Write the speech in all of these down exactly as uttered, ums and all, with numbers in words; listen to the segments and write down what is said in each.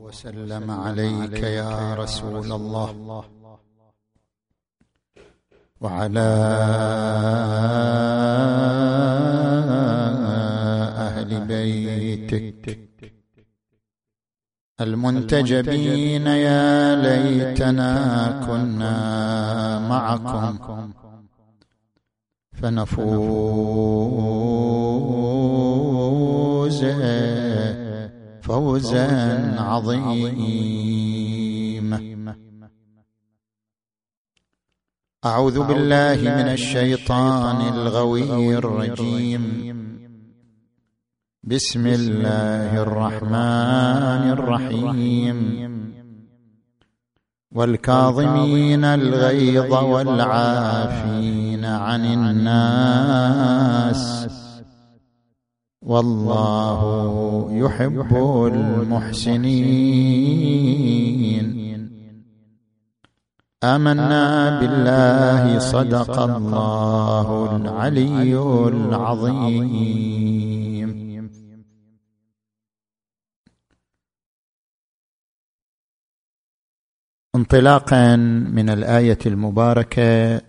وسلم عليك يا رسول الله وعلى أهل بيتك المنتجبين. يا ليتنا كنا معكم فنفوز فوزا عظيما. أعوذ بالله من الشيطان الغوي الرجيم. بسم الله الرحمن الرحيم. والكاظمين الغيظ والعافين عن الناس والله يحب المحسنين. آمنا بالله صدق الله العلي العظيم. انطلاقا من الآية المباركة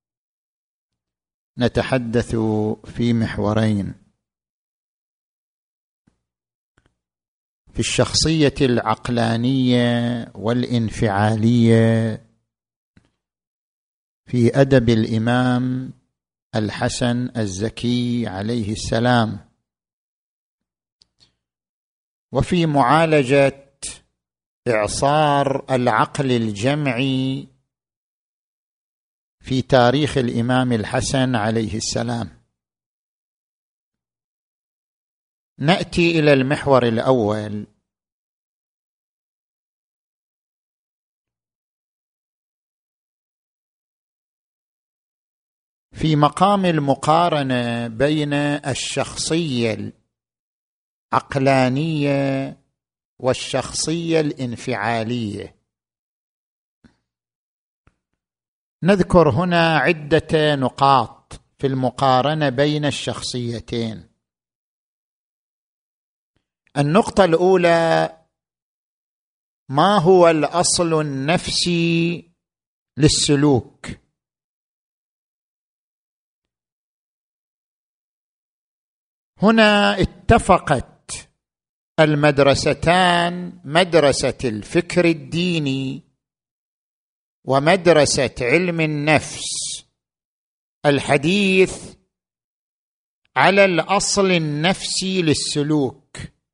نتحدث في محورين: في الشخصية العقلانية والانفعالية في أدب الإمام الحسن الزكي عليه السلام، وفي معالجة إعصار العقل الجمعي في تاريخ الإمام الحسن عليه السلام. نأتي إلى المحور الأول: في مقام المقارنة بين الشخصية العقلانية والشخصية الانفعالية. نذكر هنا عدة نقاط في المقارنة بين الشخصيتين. النقطة الأولى: ما هو الأصل النفسي للسلوك؟ هنا اتفقت المدرستان، مدرسة الفكر الديني ومدرسة علم النفس الحديث، على الأصل النفسي للسلوك.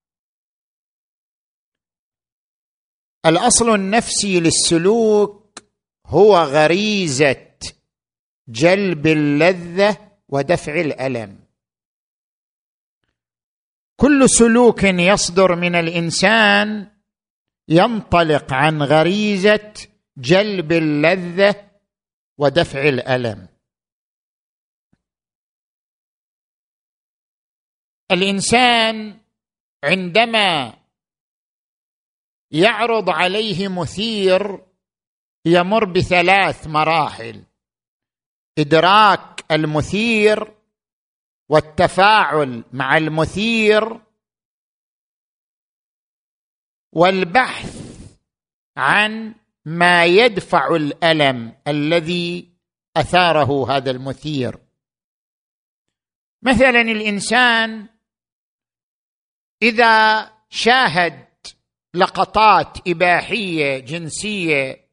الأصل النفسي للسلوك هو غريزة جلب اللذة ودفع الألم. كل سلوك يصدر من الإنسان ينطلق عن غريزة جلب اللذة ودفع الألم. الإنسان عندما يعرض عليه مثير يمر بثلاث مراحل: إدراك المثير، والتفاعل مع المثير، والبحث عن ما يدفع الألم الذي أثاره هذا المثير. مثلا الإنسان إذا شاهد لقطات إباحية جنسية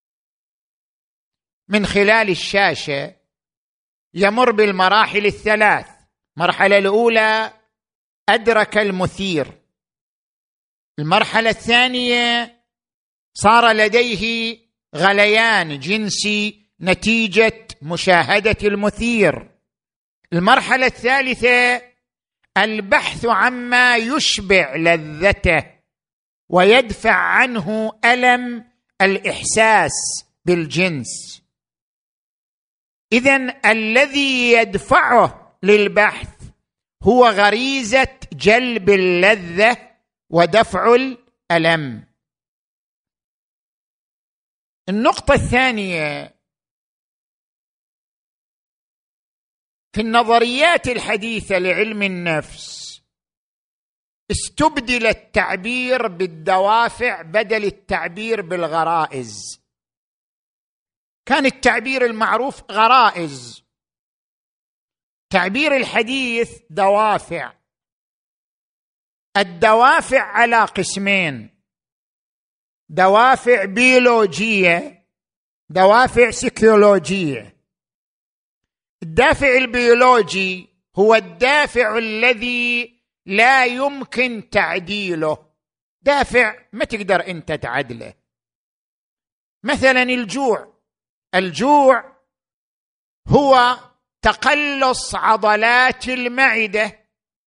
من خلال الشاشة يمر بالمراحل الثلاث. المرحلة الأولى أدرك المثير، المرحلة الثانية صار لديه غليان جنسي نتيجة مشاهدة المثير، المرحلة الثالثة البحث عما يشبع لذته ويدفع عنه ألم الإحساس بالجنس. إذن الذي يدفعه للبحث هو غريزة جلب اللذة ودفع الألم. النقطة الثانية: في النظريات الحديثة لعلم النفس استبدل التعبير بالدوافع بدل التعبير بالغرائز. كان التعبير المعروف غرائز، تعبير الحديث دوافع. الدوافع على قسمين: دوافع بيولوجية، دوافع سيكولوجية. الدافع البيولوجي هو الدافع الذي لا يمكن تعديله، دافع ما تقدر انت تعدله. مثلا الجوع، الجوع هو تقلص عضلات المعدة،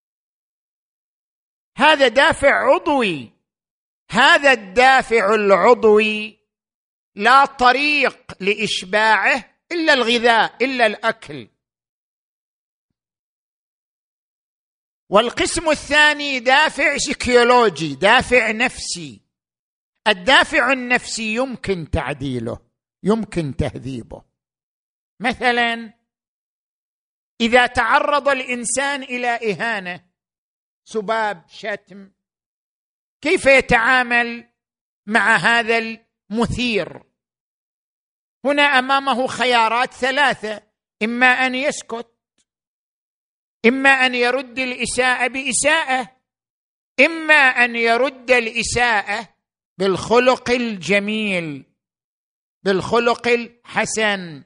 هذا دافع عضوي. هذا الدافع العضوي لا طريق لإشباعه إلا الغذاء، إلا الأكل. والقسم الثاني دافع سيكولوجي، دافع نفسي. الدافع النفسي يمكن تعديله، يمكن تهذيبه. مثلا إذا تعرض الإنسان إلى إهانة، سباب، شتم، كيف يتعامل مع هذا المثير؟ هنا أمامه خيارات ثلاثة: إما أن يسكت، إما أن يرد الإساءة بإساءة، إما أن يرد الإساءة بالخلق الجميل، بالخلق الحسن.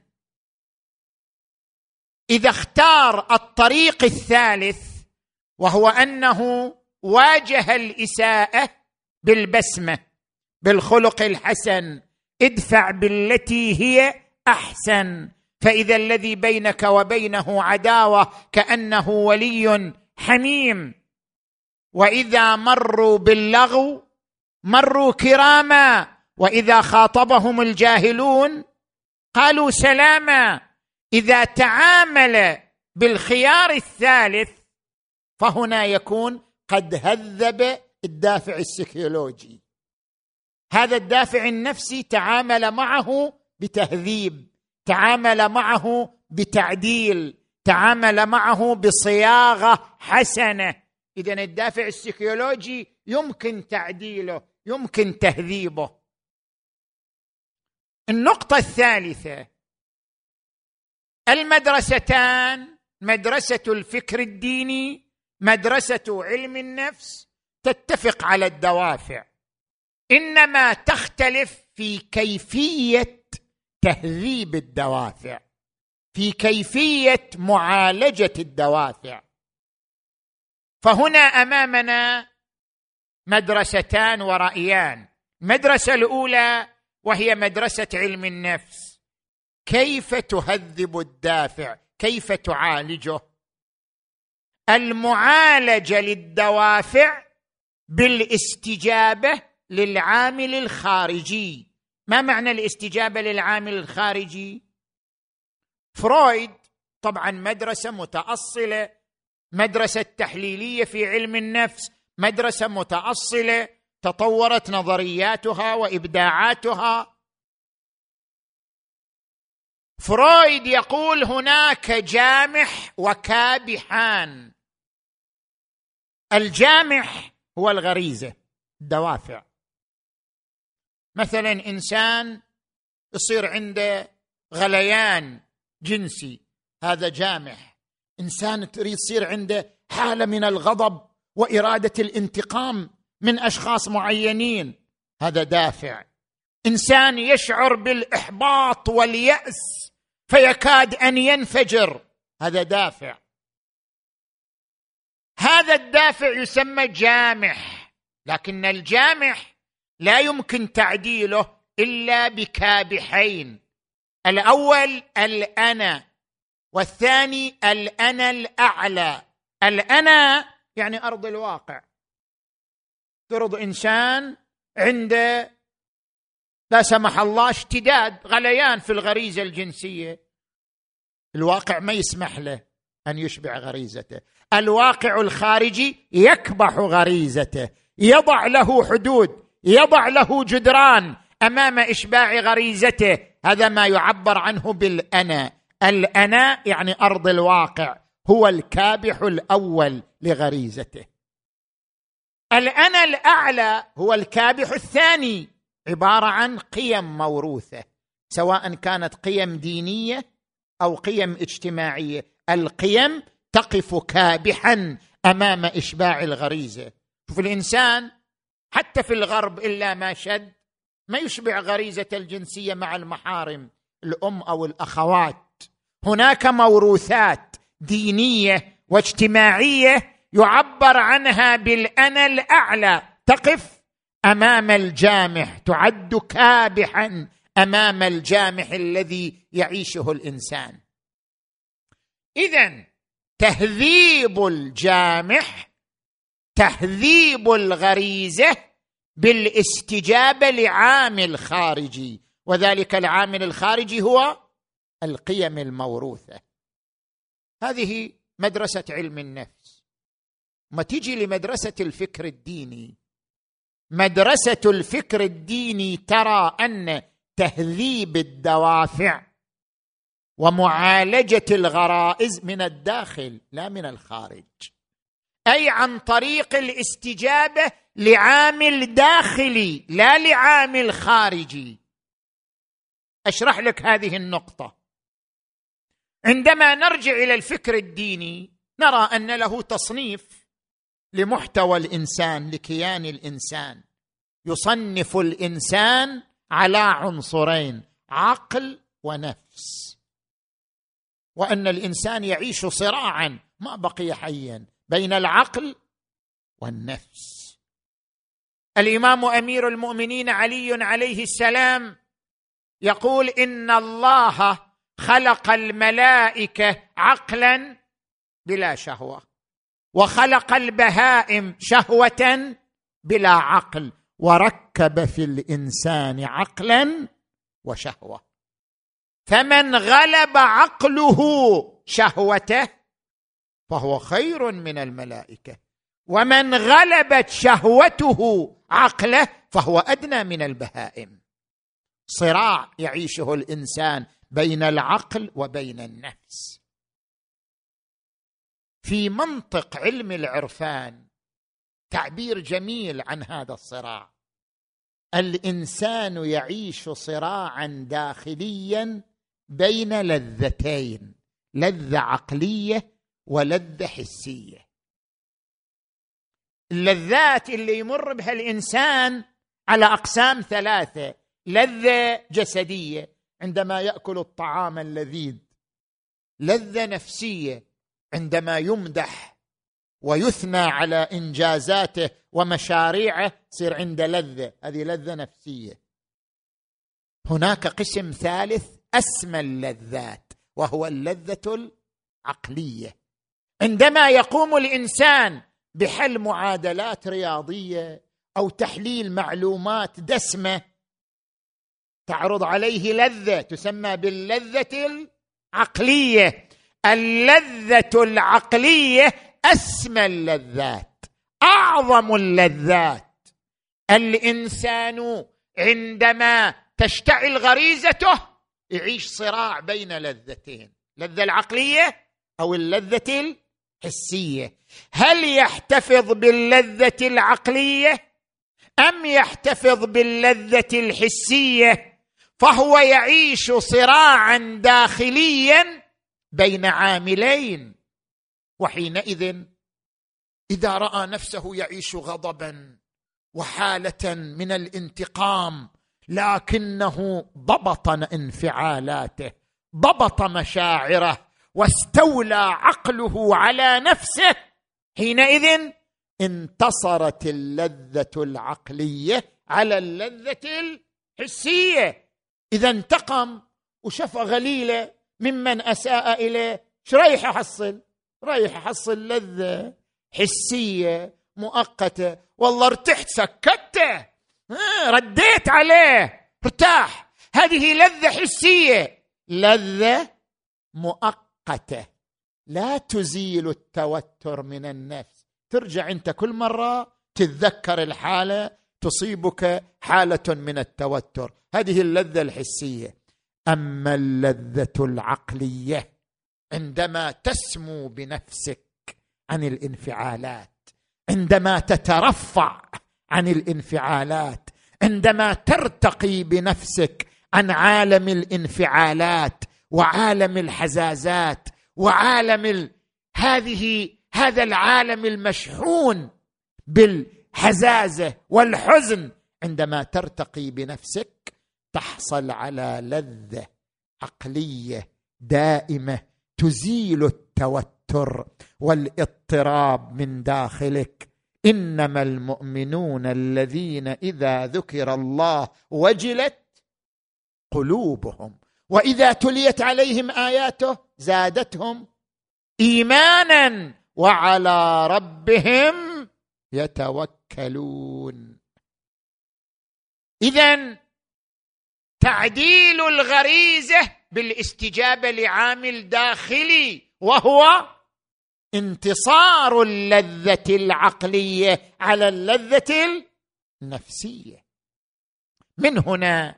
إذا اختار الطريق الثالث وهو أنه واجه الإساءة بالبسمة، بالخلق الحسن، ادفع بالتي هي أحسن، فإذا الذي بينك وبينه عداوة كأنه ولي حميم، وإذا مروا باللغو مروا كراما، وإذا خاطبهم الجاهلون قالوا سلاما. إذا تعامل بالخيار الثالث فهنا يكون قد هذب الدافع السيكولوجي. هذا الدافع النفسي تعامل معه بتهذيب، تعامل معه بتعديل، تعامل معه بصياغة حسنة. إذن الدافع السيكولوجي يمكن تعديله، يمكن تهذيبه. النقطة الثالثة: المدرستان، مدرسة الفكر الديني، مدرسة علم النفس، تتفق على الدوافع، إنما تختلف في كيفية تهذيب الدوافع، في كيفية معالجة الدوافع. فهنا أمامنا مدرستان ورأيان. المدرسة الأولى وهي مدرسة علم النفس، كيف تهذب الدافع، كيف تعالجه؟ المعالجة للدوافع بالاستجابة للعامل الخارجي. ما معنى الاستجابة للعامل الخارجي؟ فرويد طبعا مدرسة متأصلة، مدرسة تحليلية في علم النفس، مدرسة متأصلة تطورت نظرياتها وإبداعاتها. فرويد يقول هناك جامح وكابحان. الجامح هو الغريزة، الدوافع. مثلا إنسان يصير عنده غليان جنسي، هذا جامح. إنسان تريد يصير عنده حالة من الغضب وإرادة الانتقام من أشخاص معينين، هذا دافع. إنسان يشعر بالإحباط واليأس فيكاد أن ينفجر، هذا دافع. هذا الدافع يسمى جامح، لكن الجامح لا يمكن تعديله إلا بكابحين: الأول الأنا، والثاني الأنا الأعلى. الأنا يعني أرض الواقع. ترض إنسان عنده لا سمح الله اشتداد غليان في الغريزة الجنسية، الواقع ما يسمح له أن يشبع غريزته، الواقع الخارجي يكبح غريزته، يضع له حدود، يضع له جدران أمام إشباع غريزته. هذا ما يعبر عنه بالأنا. الأنا يعني أرض الواقع، هو الكابح الأول لغريزته. الأنا الأعلى هو الكابح الثاني، عبارة عن قيم موروثة، سواء كانت قيم دينية أو قيم اجتماعية. القيم تقف كابحا أمام إشباع الغريزة. شوف الإنسان حتى في الغرب إلا ما شد ما يشبع غريزة الجنسية مع المحارم، الأم أو الأخوات. هناك موروثات دينية واجتماعية يعبر عنها بالأنا الأعلى، تقف أمام الجامح، تعد كابحا أمام الجامح الذي يعيشه الإنسان. إذن تهذيب الجامح تهذيب الغريزة بالاستجابة لعامل خارجي، وذلك العامل الخارجي هو القيم الموروثة. هذه مدرسة علم النفس. ما تيجي لمدرسة الفكر الديني، مدرسة الفكر الديني ترى أن تهذيب الدوافع ومعالجة الغرائز من الداخل لا من الخارج، أي عن طريق الاستجابة لعامل داخلي لا لعامل خارجي. أشرح لك هذه النقطة. عندما نرجع إلى الفكر الديني نرى أن له تصنيف لمحتوى الإنسان، لكيان الإنسان. يصنف الإنسان على عنصرين، عقل ونفس، وأن الإنسان يعيش صراعا ما بقي حيا بين العقل والنفس. الإمام أمير المؤمنين علي عليه السلام يقول إن الله خلق الملائكة عقلا بلا شهوة، وخلق البهائم شهوة بلا عقل، وركب في الإنسان عقلا وشهوة. فمن غلب عقله شهوته فهو خير من الملائكة، ومن غلبت شهوته عقله فهو أدنى من البهائم. صراع يعيشه الإنسان بين العقل وبين النفس. في منطق علم العرفان تعبير جميل عن هذا الصراع. الإنسان يعيش صراعا داخليا بين لذتين، لذة عقلية ولذة حسية. اللذات اللي يمر بها الإنسان على أقسام ثلاثة: لذة جسدية عندما يأكل الطعام اللذيذ، لذة نفسية عندما يمدح ويثنى على إنجازاته ومشاريعه تصير عنده لذة، هذه لذة نفسية. هناك قسم ثالث أسمى اللذات وهو اللذة العقلية، عندما يقوم الإنسان بحل معادلات رياضية أو تحليل معلومات دسمة تعرض عليه لذة تسمى باللذة العقلية. اللذة العقلية أسمى اللذات، أعظم اللذات. الإنسان عندما تشتعل غريزته يعيش صراع بين لذتين، اللذة العقلية أو اللذة الحسية. هل يحتفظ باللذة العقلية أم يحتفظ باللذة الحسية؟ فهو يعيش صراعا داخليا بين عاملين. وحينئذ إذا رأى نفسه يعيش غضبا وحالة من الانتقام، لكنه ضبط انفعالاته، ضبط مشاعره، واستولى عقله على نفسه، حينئذ انتصرت اللذة العقلية على اللذة الحسية. إذا انتقم وشفى غليلة ممن أساء إليه، ايش رايح أحصل؟ رايح أحصل لذة حسية مؤقتة، والله ارتحت سكته، رديت عليه ارتاح، هذه لذة حسية. لذة مؤقتة لا تزيل التوتر من النفس. ترجع أنت كل مرة تتذكر الحالة تصيبك حالة من التوتر، هذه اللذة الحسية. أما اللذة العقلية عندما تسمو بنفسك عن الانفعالات، عندما تترفع عن الانفعالات، عندما ترتقي بنفسك عن عالم الانفعالات وعالم الحزازات وعالم ال... هذه هذا العالم المشحون بالحزازة والحزن، عندما ترتقي بنفسك تحصل على لذة عقلية دائمة تزيل التوتر والاضطراب من داخلك. إنما المؤمنون الذين إذا ذكر الله وجلت قلوبهم وإذا تليت عليهم آياته زادتهم إيمانا وعلى ربهم يتوكلون. إذن تعديل الغريزة بالاستجابة لعامل داخلي وهو انتصار اللذة العقلية على اللذة النفسية. من هنا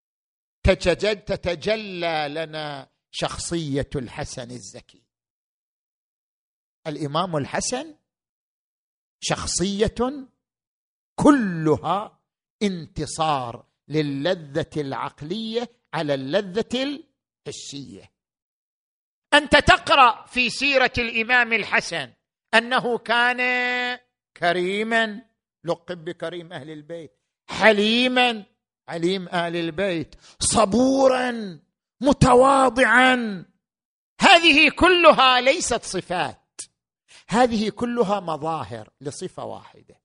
تتجلى لنا شخصية الحسن الزكي. الإمام الحسن شخصية كلها انتصار للذة العقلية على اللذة الحسية. أنت تقرأ في سيرة الإمام الحسن أنه كان كريما، لقب بكريم أهل البيت، حليما، عليم أهل البيت، صبورا، متواضعا. هذه كلها ليست صفات، هذه كلها مظاهر لصفة واحدة.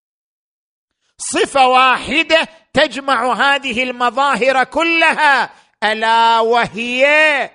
صفة واحدة تجمع هذه المظاهر كلها، ألا وهي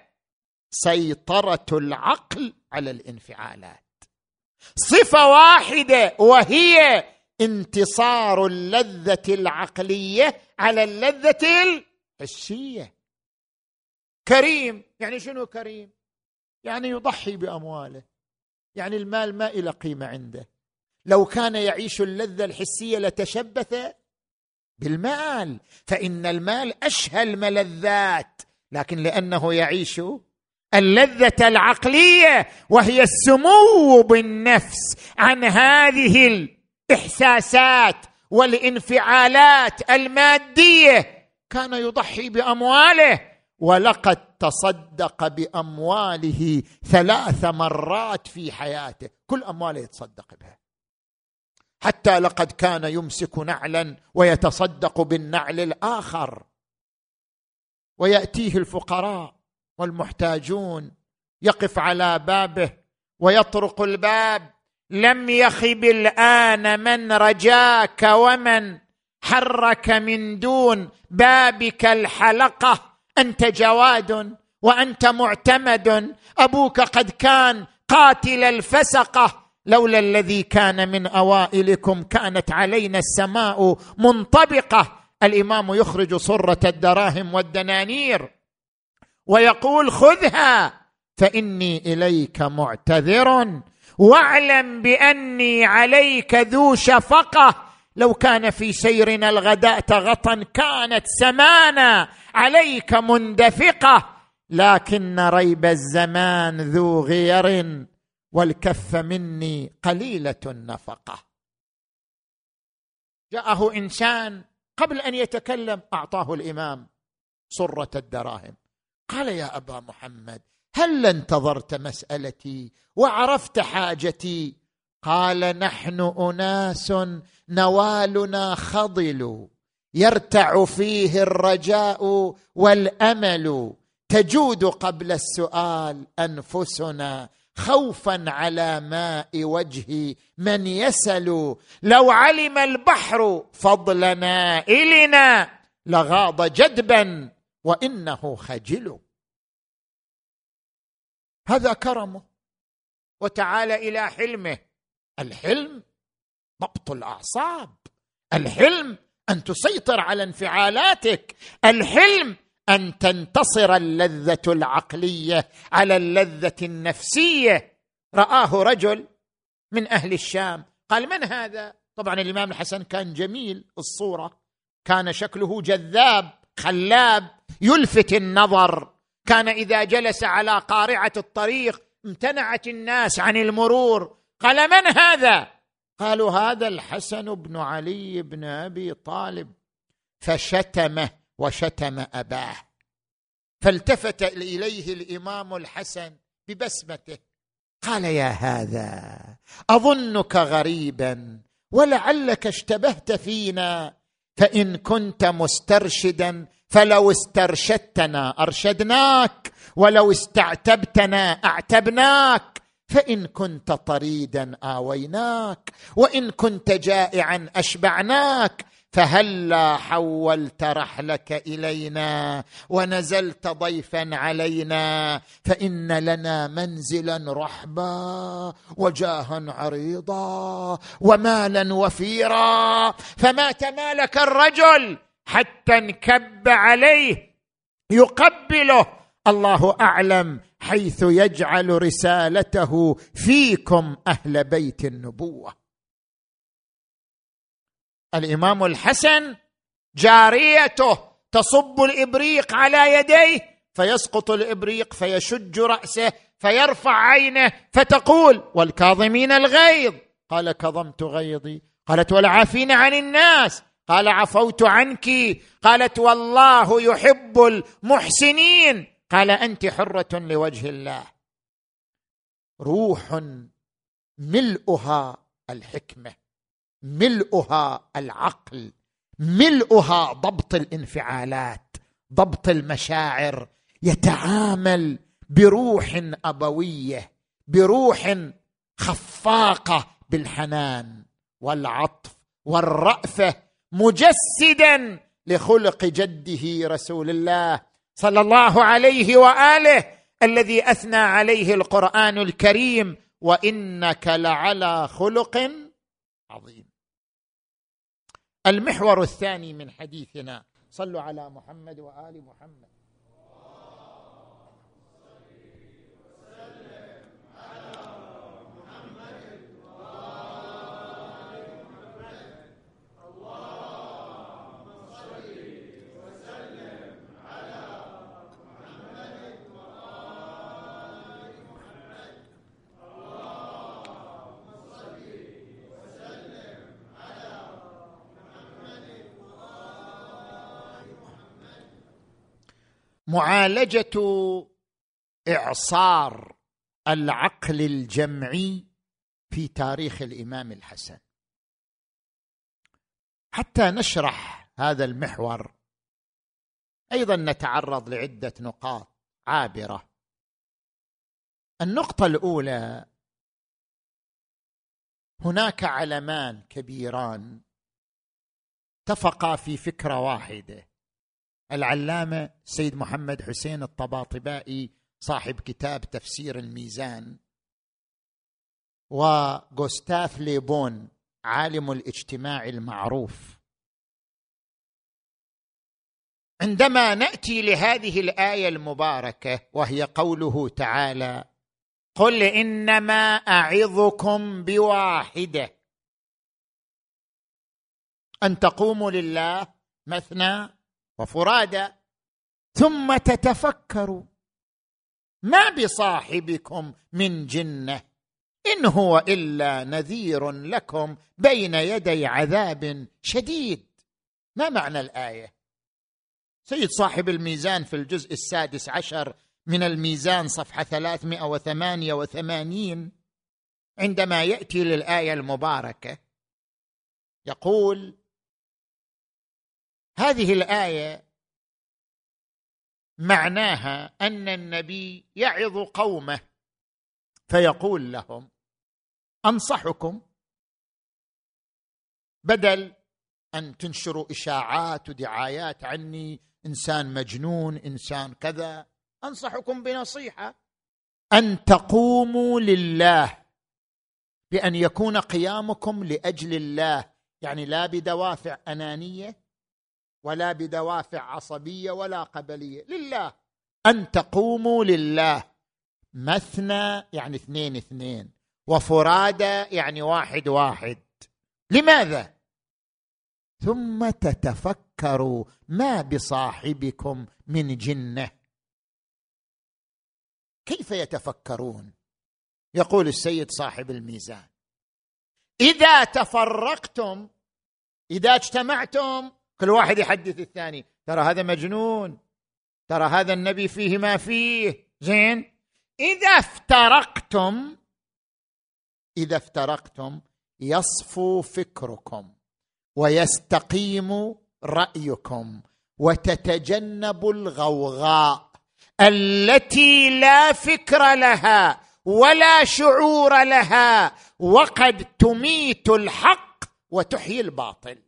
سيطرة العقل على الانفعالات. صفة واحدة وهي انتصار اللذة العقلية على اللذة الحسية. كريم يعني شنو كريم؟ يعني يضحي بأمواله، يعني المال ما إلى قيمة عنده. لو كان يعيش اللذة الحسية لتشبث بالمال، فإن المال أشهى الملذات، لكن لأنه يعيش اللذة العقلية وهي السمو بالنفس عن هذه الإحساسات والانفعالات المادية، كان يضحي بأمواله. ولقد تصدق بأمواله ثلاث مرات في حياته، كل أمواله يتصدق بها، حتى لقد كان يمسك نعلا ويتصدق بالنعل الآخر، ويأتيه الفقراء والمحتاجون، يقف على بابه ويطرق الباب: لم يخب الآن من رجاك ومن حرك من دون بابك الحلقة، أنت جواد وأنت معتمد، أبوك قد كان قاتل الفسقة، لولا الذي كان من أوائلكم كانت علينا السماء منطبقة. الإمام يخرج صرة الدراهم والدنانير ويقول: خذها فإني إليك معتذر، واعلم بأني عليك ذو شفقة، لو كان في سيرنا الغداة غطا كانت سمانا عليك مندفقة، لكن ريب الزمان ذو غير، والكف مني قليلة النفقة. جاءه إنسان قبل أن يتكلم أعطاه الإمام صرة الدراهم، قال: يا أبا محمد، هل انتظرت مسألتي وعرفت حاجتي؟ قال: نحن أناس نوالنا خضل، يرتع فيه الرجاء والأمل، تجود قبل السؤال أنفسنا، خوفا على ماء وجه من يسل، لو علم البحر فضل نائلنا لغاض جدبا وإنه خجل. هذا كرمه. وتعال إلى حلمه. الحلم ضبط الأعصاب، الحلم أن تسيطر على انفعالاتك، الحلم أن تنتصر اللذة العقلية على اللذة النفسية. رآه رجل من أهل الشام، قال: من هذا؟ طبعا الإمام الحسن كان جميل الصورة، كان شكله جذاب خلاب يلفت النظر، كان إذا جلس على قارعة الطريق امتنعت الناس عن المرور. قال: من هذا؟ قالوا هذا الحسن بن علي بن أبي طالب، فشتمه وشتم أباه. فالتفت إليه الإمام الحسن ببسمته قال: يا هذا أظنك غريبا ولعلك اشتبهت فينا، فإن كنت مسترشدا فلو استرشدتنا أرشدناك، ولو استعتبتنا أعتبناك، فإن كنت طريدا آويناك، وإن كنت جائعا أشبعناك، فهلا حولت رحلك إلينا ونزلت ضيفا علينا، فإن لنا منزلا رحبا وجاها عريضا ومالا وفيرا. فما تمالك الرجل حتى انكب عليه يقبله. الله أعلم حيث يجعل رسالته فيكم أهل بيت النبوة. الإمام الحسن جاريته تصب الإبريق على يديه، فيسقط الإبريق فيشج رأسه فيرفع عينه فتقول: والكاظمين الغيظ. قال: كظمت غيظي. قالت: والعافين عن الناس. قال: عفوت عنك. قالت: والله يحب المحسنين. قال: أنت حرة لوجه الله. روح ملؤها الحكمة، ملؤها العقل، ملؤها ضبط الانفعالات، ضبط المشاعر، يتعامل بروح أبوية، بروح خفاقة بالحنان والعطف والرأفة، مجسدا لخلق جده رسول الله صلى الله عليه وآله الذي أثنى عليه القرآن الكريم: وإنك لعلى خلق عظيم. المحور الثاني من حديثنا، صلوا على محمد وآل محمد. معالجة إعصار العقل الجمعي في تاريخ الإمام الحسن. حتى نشرح هذا المحور أيضا نتعرض لعدة نقاط عابرة. النقطة الأولى: هناك علمان كبيران اتفقا في فكرة واحدة. العلامة سيد محمد حسين الطباطبائي صاحب كتاب تفسير الميزان، وغوستاف ليبون عالم الاجتماع المعروف. عندما نأتي لهذه الآية المباركة وهي قوله تعالى: قل إنما أعظكم بواحدة، أن تقوموا لله مثنى وفرادى ثم تتفكروا ما بصاحبكم من جنة إن هو إلا نذير لكم بين يدي عذاب شديد. ما معنى الآية؟ سيد صاحب الميزان في الجزء السادس عشر من الميزان صفحة ثلاثمائة وثمانية وثمانين عندما يأتي للآية المباركة يقول: هذه الآية معناها أن النبي يعظ قومه فيقول لهم: أنصحكم، بدل أن تنشروا إشاعات ودعايات عني إنسان مجنون إنسان كذا، أنصحكم بنصيحة: أن تقوموا لله، بأن يكون قيامكم لأجل الله، يعني لا بدوافع أنانية ولا بدوافع عصبية ولا قبلية، لله. أن تقوموا لله مثنى يعني اثنين اثنين، وفرادى يعني واحد واحد. لماذا؟ ثم تتفكروا ما بصاحبكم من جنة. كيف يتفكرون؟ يقول السيد صاحب الميزان: إذا تفرقتم، إذا اجتمعتم كل واحد يحدث الثاني، ترى هذا مجنون، ترى هذا النبي فيه ما فيه، زين. إذا افترقتم، إذا افترقتم يصفو فكركم ويستقيم رأيكم وتتجنب الغوغاء التي لا فكر لها ولا شعور لها، وقد تميت الحق وتحيي الباطل.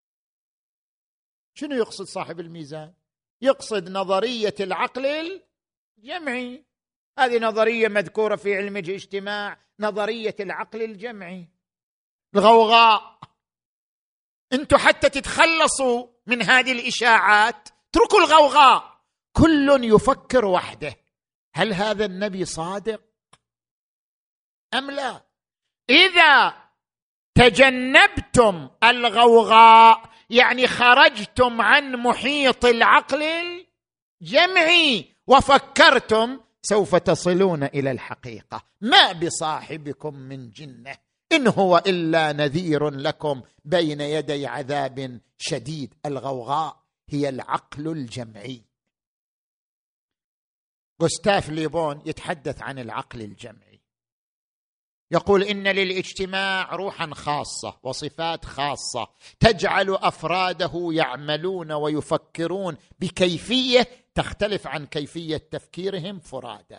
شنو يقصد صاحب الميزان؟ يقصد نظرية العقل الجمعي، هذه نظرية مذكورة في علم الاجتماع، نظرية العقل الجمعي. الغوغاء، انتم حتى تتخلصوا من هذه الإشاعات اتركوا الغوغاء، كل يفكر وحده. هل هذا النبي صادق أم لا؟ إذا تجنبتم الغوغاء يعني خرجتم عن محيط العقل الجمعي وفكرتم، سوف تصلون إلى الحقيقة. ما بصاحبكم من جنة إن هو إلا نذير لكم بين يدي عذاب شديد. الغوغاء هي العقل الجمعي. غوستاف ليبون يتحدث عن العقل الجمعي، يقول إن للاجتماع روحا خاصة وصفات خاصة تجعل أفراده يعملون ويفكرون بكيفية تختلف عن كيفية تفكيرهم فرادى.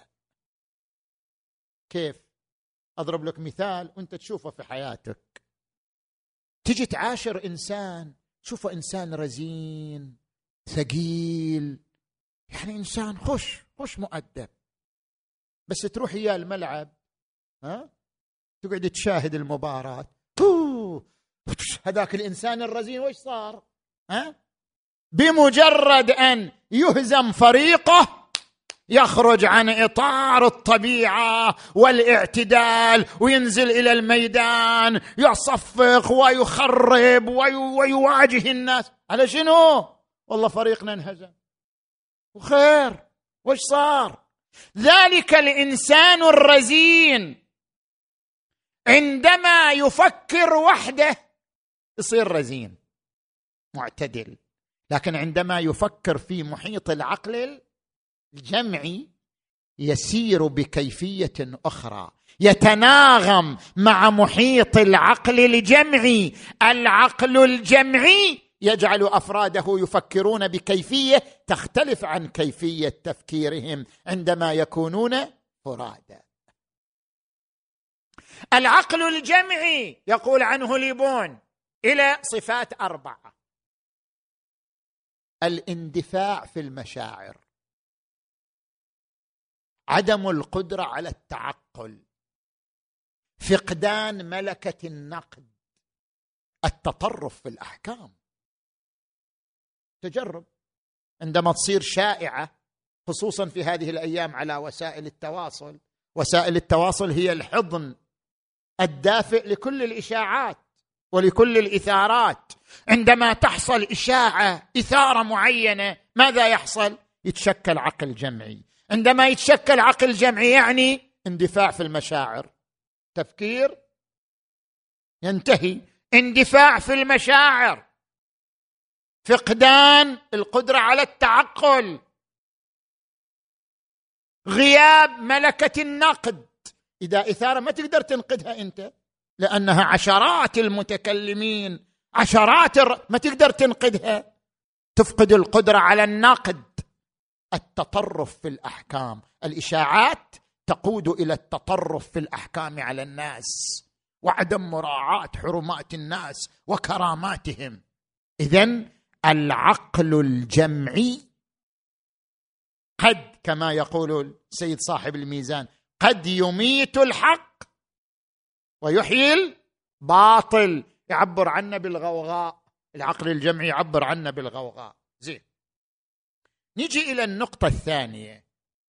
كيف؟ أضرب لك مثال وأنت تشوفه في حياتك. تجي تعاشر إنسان، تشوفه إنسان رزين ثقيل، يعني إنسان خش خش مؤدب، بس تروح إياه الملعب، ها، تقعد تشاهد المباراة، هذاك الإنسان الرزين وش صار؟ ها؟ بمجرد أن يهزم فريقه يخرج عن إطار الطبيعة والاعتدال وينزل إلى الميدان يصفق ويخرب ويواجه الناس. على شنو؟ والله فريقنا انهزم. وخير، وش صار؟ ذلك الإنسان الرزين عندما يفكر وحده يصير رزين معتدل، لكن عندما يفكر في محيط العقل الجمعي يسير بكيفية أخرى، يتناغم مع محيط العقل الجمعي. العقل الجمعي يجعل أفراده يفكرون بكيفية تختلف عن كيفية تفكيرهم عندما يكونون فرادى. العقل الجمعي يقول عنه ليبون إلى صفات أربعة: الاندفاع في المشاعر، عدم القدرة على التعقل، فقدان ملكة النقد، التطرف في الأحكام. تجرب عندما تصير شائعة، خصوصا في هذه الأيام على وسائل التواصل. وسائل التواصل هي الحضن الدافئ لكل الإشاعات ولكل الإثارات. عندما تحصل إشاعة، إثارة معينة، ماذا يحصل؟ يتشكل عقل جمعي. عندما يتشكل عقل جمعي يعني اندفاع في المشاعر، تفكير ينتهي، اندفاع في المشاعر، فقدان القدرة على التعقل، غياب ملكة النقد. إذا إثارة ما تقدر تنقدها أنت، لأنها عشرات المتكلمين، عشرات الر... ما تقدر تنقدها، تفقد القدرة على النقد. التطرف في الأحكام، الإشاعات تقود إلى التطرف في الأحكام على الناس وعدم مراعاة حرمات الناس وكراماتهم. إذن العقل الجمعي قد، كما يقول السيد صاحب الميزان، قد يميت الحق ويحيي الباطل. يعبر عنا بالغوغاء، العقل الجمعي يعبر عنا بالغوغاء. زين، نيجي إلى النقطة الثانية.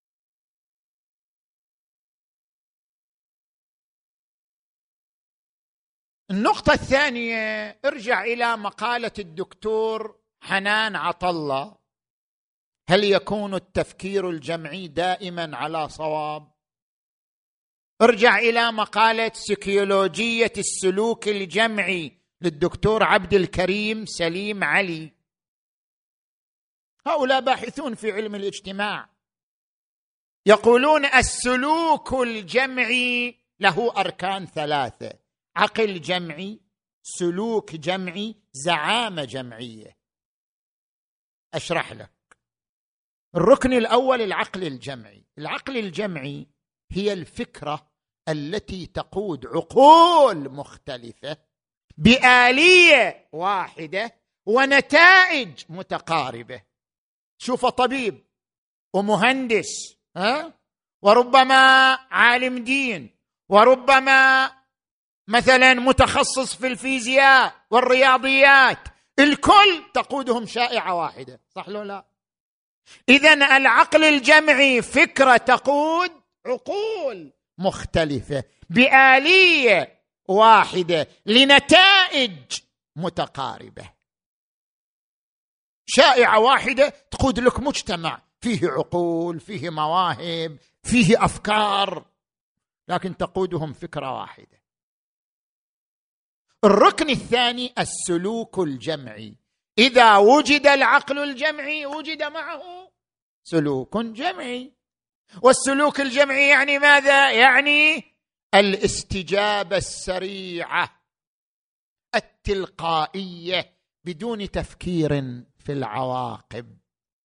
النقطة الثانية ارجع إلى مقالة الدكتور حنان عطلة: هل يكون التفكير الجمعي دائما على صواب؟ ارجع إلى مقالة سيكيولوجية السلوك الجمعي للدكتور عبد الكريم سليم علي. هؤلاء باحثون في علم الاجتماع، يقولون السلوك الجمعي له أركان ثلاثة: عقل جمعي، سلوك جمعي، زعامة جمعية. أشرح لك. الركن الأول العقل الجمعي. العقل الجمعي هي الفكرة التي تقود عقول مختلفة بآلية واحدة ونتائج متقاربة. شوف طبيب ومهندس، ها؟ وربما عالم دين، وربما مثلا متخصص في الفيزياء والرياضيات، الكل تقودهم شائعة واحدة، صح لو لا؟ إذن العقل الجمعي فكرة تقود عقول مختلفة بآلية واحدة لنتائج متقاربة. شائعة واحدة تقود لك مجتمع فيه عقول، فيه مواهب، فيه أفكار، لكن تقودهم فكرة واحدة. الركن الثاني السلوك الجمعي. إذا وجد العقل الجمعي وجد معه سلوك جمعي. والسلوك الجمعي يعني ماذا؟ يعني الاستجابة السريعة التلقائية بدون تفكير في العواقب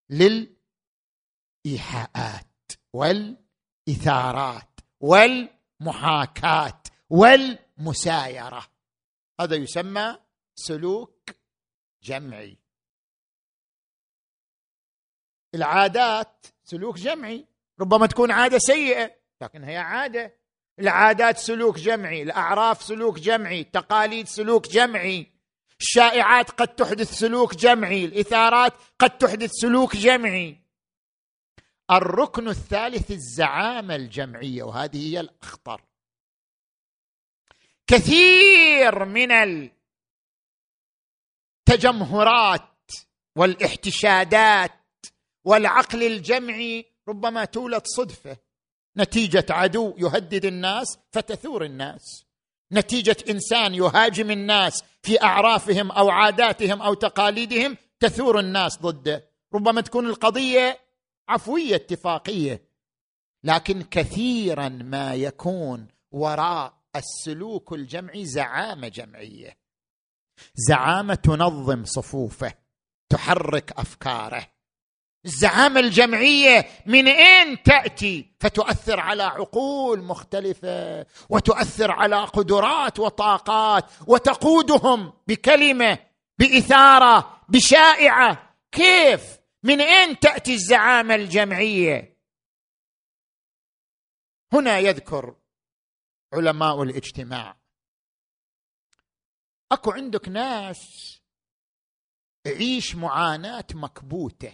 للإيحاءات والإثارات والمحاكاة والمسايرة. هذا يسمى سلوك جمعي. العادات سلوك جمعي، ربما تكون عادة سيئة لكن هي عادة. العادات سلوك جمعي، الأعراف سلوك جمعي، التقاليد سلوك جمعي، الشائعات قد تحدث سلوك جمعي، الإثارات قد تحدث سلوك جمعي. الركن الثالث الزعامة الجمعية، وهذه هي الأخطر. كثير من التجمهرات والاحتشادات والعقل الجمعي ربما تولد صدفة نتيجة عدو يهدد الناس فتثور الناس، نتيجة إنسان يهاجم الناس في أعرافهم أو عاداتهم أو تقاليدهم تثور الناس ضده. ربما تكون القضية عفوية اتفاقية، لكن كثيرا ما يكون وراء السلوك الجمعي زعامة جمعية، زعامة تنظم صفوفه، تحرك أفكاره. الزعامة الجمعية من أين تأتي؟ فتؤثر على عقول مختلفة وتؤثر على قدرات وطاقات وتقودهم بكلمة، بإثارة، بشائعة. كيف؟ من أين تأتي الزعامة الجمعية؟ هنا يذكر علماء الاجتماع أكو عندك ناس يعيش معاناة مكبوتة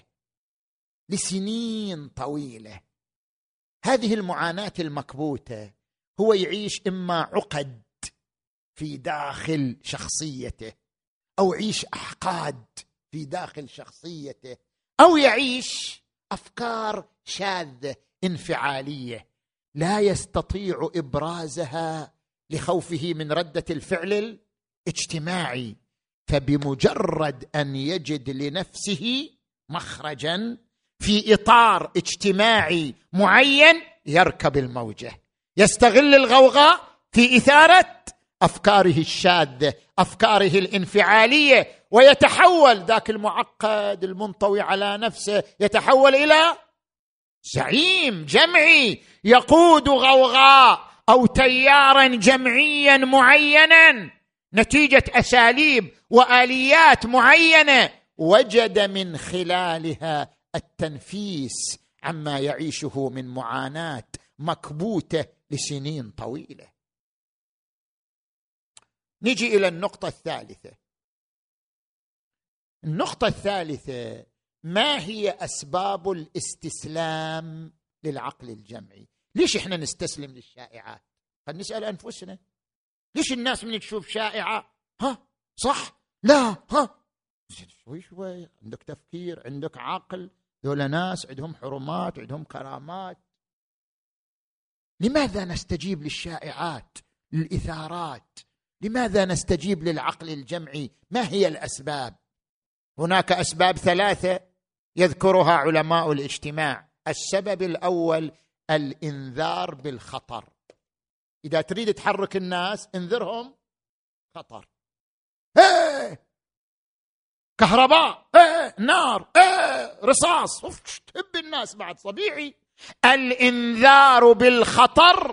لسنين طويلة. هذه المعاناة المكبوتة هو يعيش إما عقد في داخل شخصيته، أو يعيش أحقاد في داخل شخصيته، أو يعيش أفكار شاذة انفعالية لا يستطيع إبرازها لخوفه من ردة الفعل الاجتماعي. فبمجرد أن يجد لنفسه مخرجا في إطار اجتماعي معين يركب الموجة، يستغل الغوغاء في إثارة أفكاره الشاذة، أفكاره الانفعالية، ويتحول ذاك المعقد المنطوي على نفسه يتحول إلى زعيم جمعي يقود غوغاء أو تيارا جمعيا معينا نتيجة أساليب وآليات معينة وجد من خلالها التنفيس عما يعيشه من معاناة مكبوتة لسنين طويلة. نجي إلى النقطة الثالثة. النقطة الثالثة: ما هي أسباب الاستسلام للعقل الجمعي؟ ليش إحنا نستسلم للشائعات؟ خلينا نسأل أنفسنا، ليش الناس من تشوف شائعة ها صح لا ها شوي شوي عندك تفكير، عندك عقل، ذولا ناس عندهم حرمات، عندهم كرامات. لماذا نستجيب للشائعات، للإثارات؟ لماذا نستجيب للعقل الجمعي؟ ما هي الأسباب؟ هناك أسباب ثلاثة يذكرها علماء الاجتماع. السبب الأول الإنذار بالخطر. إذا تريد تحرك الناس انذرهم خطر، هيه كهرباء، هيه نار، هيه رصاص، تهب الناس بعد طبيعي. الإنذار بالخطر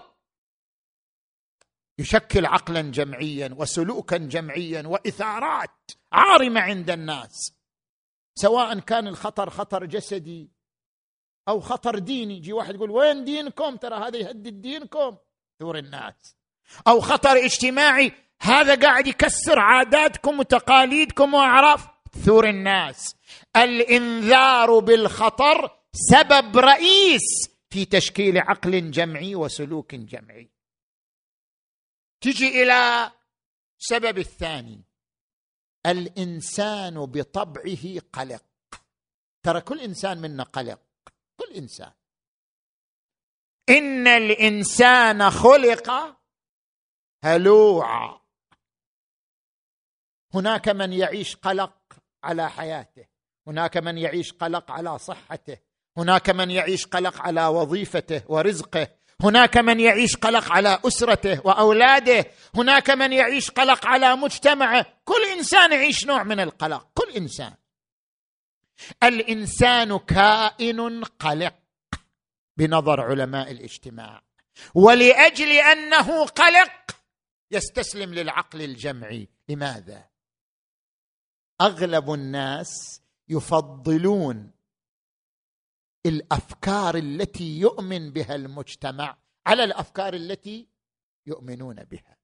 يشكل عقلا جمعيا وسلوكا جمعيا وإثارات عارمة عند الناس، سواء كان الخطر خطر جسدي أو خطر ديني. يجي واحد يقول وين دينكم، ترى هذا يهدد دينكم، ثور الناس. أو خطر اجتماعي، هذا قاعد يكسر عاداتكم وتقاليدكم وأعراف، ثور الناس. الإنذار بالخطر سبب رئيس في تشكيل عقل جمعي وسلوك جمعي. تجي إلى السبب الثاني، الإنسان بطبعه قلق. ترى كل إنسان منا قلق، كل إنسان. إن الإنسان خلق هلوعا. هناك من يعيش قلق على حياته، هناك من يعيش قلق على صحته، هناك من يعيش قلق على وظيفته ورزقه، هناك من يعيش قلق على أسرته وأولاده، هناك من يعيش قلق على مجتمعه. كل إنسان يعيش نوع من القلق، كل إنسان. الإنسان كائن قلق بنظر علماء الاجتماع، ولأجل أنه قلق يستسلم للعقل الجمعي. لماذا؟ أغلب الناس يفضلون الأفكار التي يؤمن بها المجتمع على الأفكار التي يؤمنون بها.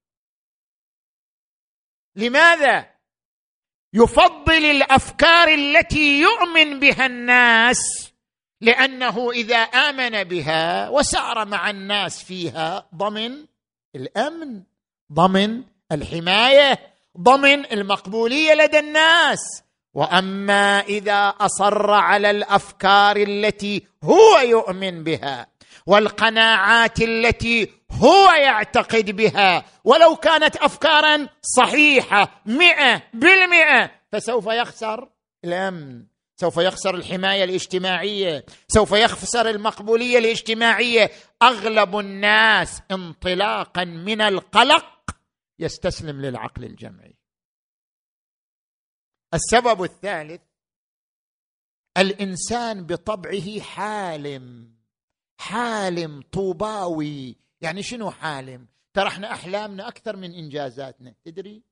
لماذا يفضل الأفكار التي يؤمن بها الناس؟ لأنه إذا آمن بها وسار مع الناس فيها ضمن الأمن، ضمن الحماية، ضمن المقبولية لدى الناس. وأما إذا أصر على الأفكار التي هو يؤمن بها والقناعات التي هو يعتقد بها، ولو كانت أفكارا صحيحة مئة بالمئة، فسوف يخسر الأمن، سوف يخسر الحماية الاجتماعية، سوف يخسر المقبولية الاجتماعية. أغلب الناس انطلاقا من القلق يستسلم للعقل الجمعي. السبب الثالث، الإنسان بطبعه حالم، حالم طوباوي. يعني شنو حالم؟ ترى احنا أحلامنا أكثر من إنجازاتنا، تدري؟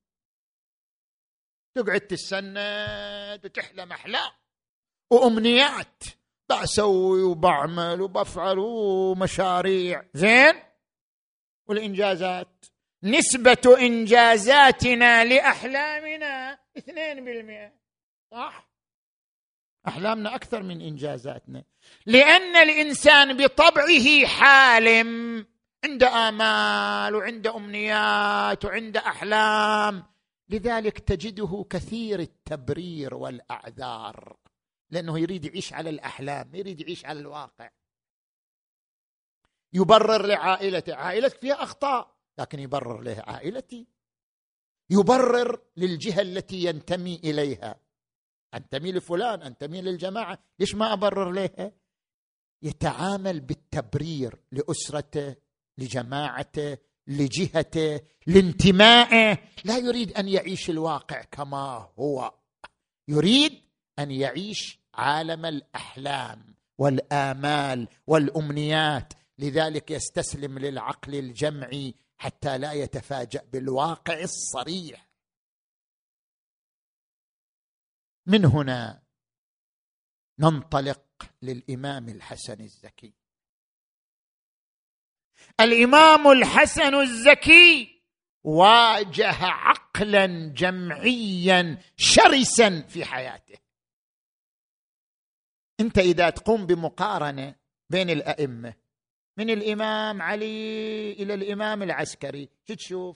تقعد تستند وتحلم أحلام وأمنيات، بسوي وبعمل وبفعل ومشاريع، زين؟ والإنجازات، نسبة إنجازاتنا لأحلامنا اثنين بالمئة، صح؟ أحلامنا أكثر من إنجازاتنا، لأن الإنسان بطبعه حالم، عنده آمال وعنده أمنيات وعنده أحلام. لذلك تجده كثير التبرير والأعذار، لأنه يريد يعيش على الأحلام، يريد يعيش على الواقع. يبرر لعائلته، عائلتك فيها أخطاء لكن يبرر له عائلتي. يبرر للجهة التي ينتمي إليها، أنتمي لفلان، أنتمي للجماعة، ليش ما أبرر لها؟ يتعامل بالتبرير لأسرته، لجماعته، لجهته، لانتمائه. لا يريد أن يعيش الواقع كما هو، يريد أن يعيش عالم الأحلام والآمال والأمنيات. لذلك يستسلم للعقل الجمعي حتى لا يتفاجأ بالواقع الصريح. من هنا ننطلق للإمام الحسن الزكي. الإمام الحسن الزكي واجه عقلا جمعيا شرسا في حياته. أنت إذا تقوم بمقارنة بين الأئمة من الإمام علي إلى الإمام العسكري، شو تشوف؟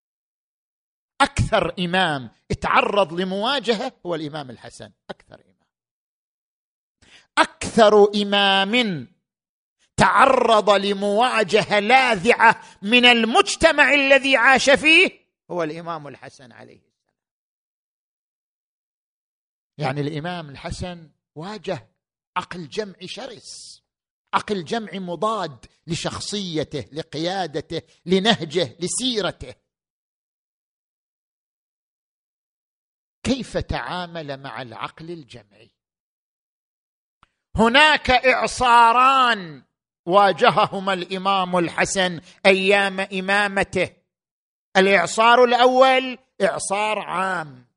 أكثر إمام اتعرض لمواجهة هو الإمام الحسن، أكثر إمام. أكثر إمام تعرض لمواجهة لاذعة من المجتمع الذي عاش فيه هو الإمام الحسن عليه السلام. يعني الإمام الحسن واجه عقل جمعي شرس، عقل جمعي مضاد لشخصيته، لقيادته، لنهجه، لسيرته. كيف تعامل مع العقل الجمعي؟ هناك إعصاران واجههما الإمام الحسن أيام إمامته. الإعصار الأول إعصار عام،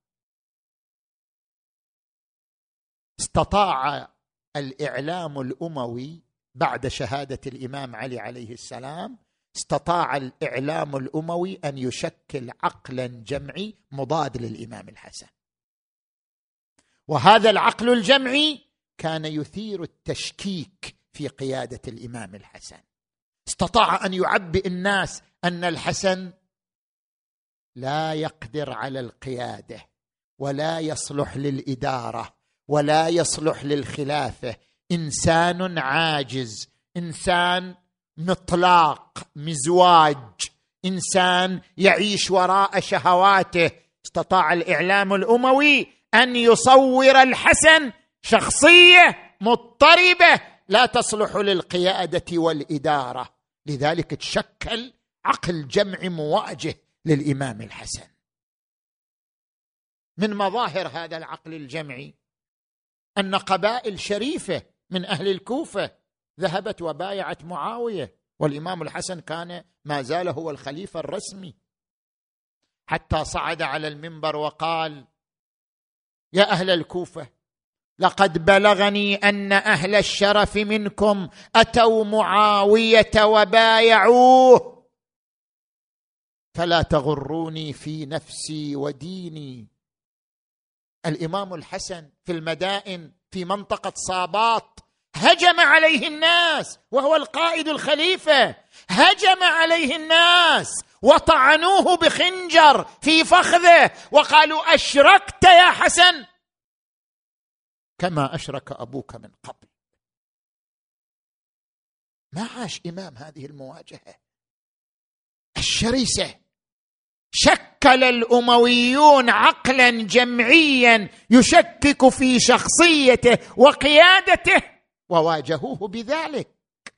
استطاع الإعلام الأموي بعد شهادة الإمام علي عليه السلام، استطاع الإعلام الأموي أن يشكل عقلا جمعي مضاد للإمام الحسن، وهذا العقل الجمعي كان يثير التشكيك في قيادة الإمام الحسن. استطاع أن يعبئ الناس أن الحسن لا يقدر على القيادة، ولا يصلح للإدارة، ولا يصلح للخلافة، إنسان عاجز، إنسان مطلاق مزواج، إنسان يعيش وراء شهواته. استطاع الإعلام الأموي أن يصور الحسن شخصية مضطربة لا تصلح للقيادة والإدارة، لذلك تشكل عقل جمعي مواجه للإمام الحسن. من مظاهر هذا العقل الجمعي أن قبائل شريفة من أهل الكوفة ذهبت وبايعت معاوية، والإمام الحسن كان ما زال هو الخليفة الرسمي، حتى صعد على المنبر وقال: يا أهل الكوفة، لقد بلغني أن أهل الشرف منكم أتوا معاوية وبايعوه، فلا تغروني في نفسي وديني. الإمام الحسن في المدائن في منطقة صاباط هجم عليه الناس وهو القائد الخليفة، هجم عليه الناس وطعنوه بخنجر في فخذه وقالوا: أشركت يا حسن كما أشرك أبوك من قبل. ما عاش إمام هذه المواجهة الشرسة. شكل الأمويون عقلا جمعيا يشكك في شخصيته وقيادته وواجهوه بذلك.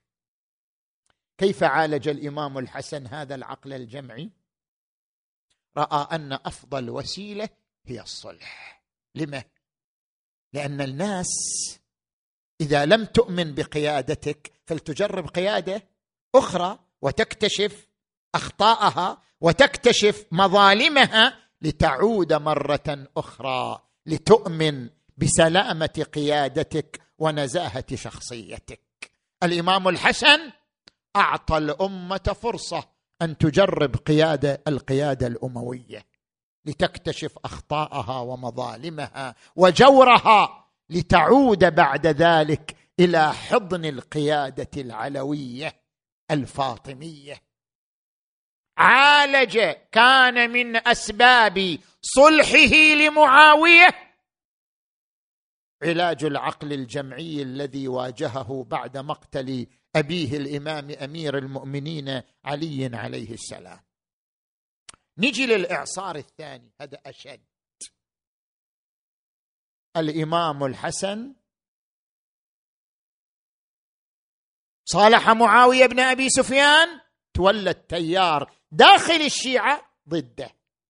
كيف عالج الإمام الحسن هذا العقل الجمعي؟ رأى أن أفضل وسيلة هي الصلح. لما؟ لأن الناس إذا لم تؤمن بقيادتك فلتجرب قيادة أخرى وتكتشف أخطاءها وتكتشف مظالمها لتعود مرة أخرى لتؤمن بسلامة قيادتك ونزاهة شخصيتك. الإمام الحسن أعطى الأمة فرصة أن تجرب قيادة القيادة الأموية لتكتشف أخطاءها ومظالمها وجورها لتعود بعد ذلك إلى حضن القيادة العلوية الفاطمية. عالج، كان من أسباب صلحه لمعاوية علاج العقل الجمعي الذي واجهه بعد مقتل أبيه الإمام أمير المؤمنين علي عليه السلام. نجي للإعصار الثاني، هذا أشد. الإمام الحسن صالح معاوية بن أبي سفيان، تولى التيار داخل الشيعة ضده.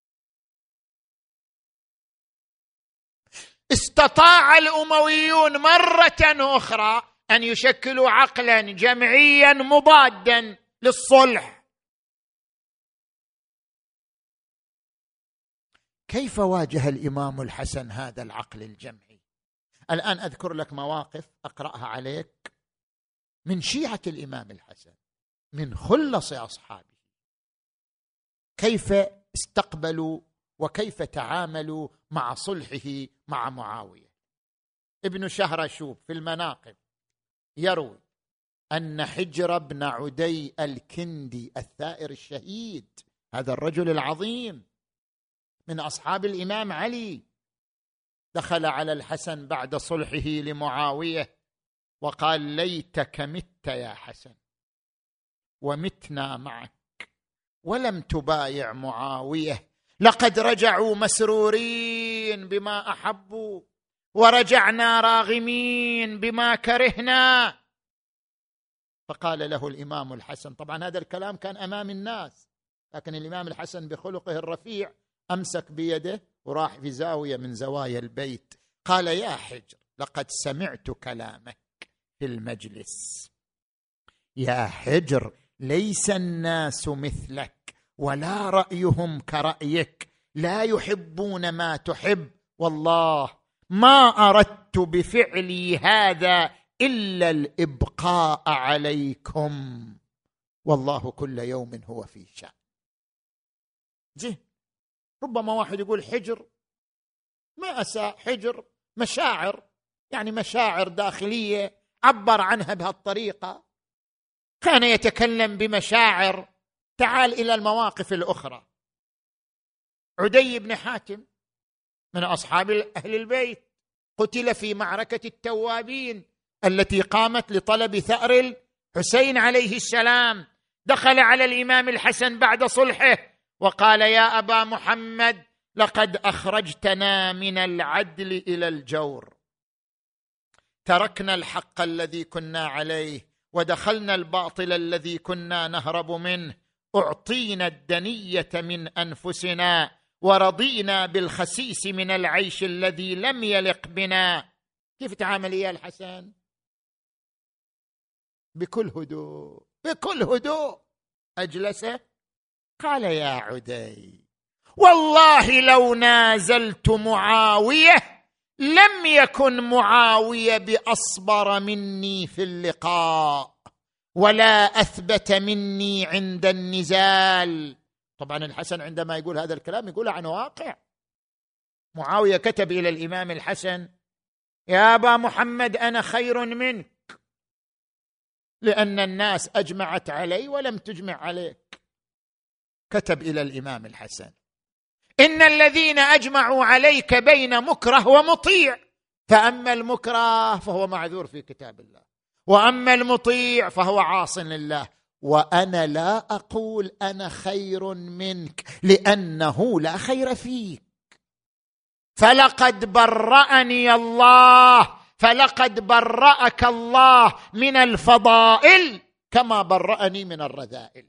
استطاع الأمويون مرة أخرى أن يشكلوا عقلا جمعيا مضادا للصلح. كيف واجه الإمام الحسن هذا العقل الجمعي؟ الآن أذكر لك مواقف أقرأها عليك من شيعة الإمام الحسن، من خلص أصحابه، كيف استقبلوا وكيف تعاملوا مع صلحه مع معاوية. ابن شهرشوب في المناقب يروي أن حجر بن عدي الكندي الثائر الشهيد، هذا الرجل العظيم من أصحاب الإمام علي، دخل على الحسن بعد صلحه لمعاوية وقال: ليتك مت يا حسن ومتنا معك ولم تبايع معاوية، لقد رجعوا مسرورين بما أحبوا ورجعنا راغمين بما كرهنا. فقال له الإمام الحسن، طبعا هذا الكلام كان أمام الناس، لكن الإمام الحسن بخلقه الرفيع أمسك بيده وراح في زاوية من زوايا البيت، قال: يا حجر، لقد سمعت كلامك في المجلس. يا حجر، ليس الناس مثلك ولا رأيهم كرأيك، لا يحبون ما تحب، والله ما أردت بفعلي هذا إلا الإبقاء عليكم، والله كل يوم هو في شأن. جه ربما واحد يقول حجر ما أساء، حجر مشاعر، يعني مشاعر داخلية عبر عنها بهالطريقة، كان يتكلم بمشاعر. تعال إلى المواقف الأخرى. عدي بن حاتم من أصحاب أهل البيت، قتل في معركة التوابين التي قامت لطلب ثأر الحسين عليه السلام. دخل على الإمام الحسن بعد صلحه وقال: يا أبا محمد، لقد أخرجتنا من العدل إلى الجور، تركنا الحق الذي كنا عليه ودخلنا الباطل الذي كنا نهرب منه، أعطينا الدنية من أنفسنا ورضينا بالخسيس من العيش الذي لم يلق بنا. كيف تعامل يا الحسن؟ بكل هدوء، بكل هدوء أجلسه، قال: يا عدي، والله لو نازلت معاوية لم يكن معاوية بأصبر مني في اللقاء ولا أثبت مني عند النزال. طبعا الحسن عندما يقول هذا الكلام يقول عن واقع. معاوية كتب إلى الإمام الحسن: يا أبا محمد، أنا خير منك، لأن الناس أجمعت علي ولم تجمع عليك. كتب إلى الإمام الحسن: إن الذين أجمعوا عليك بين مكره ومطيع، فأما المكره فهو معذور في كتاب الله، وأما المطيع فهو عاص لله، وأنا لا أقول أنا خير منك لأنه لا خير فيك، فلقد برأني الله، فلقد برأك الله من الفضائل كما برأني من الرذائل.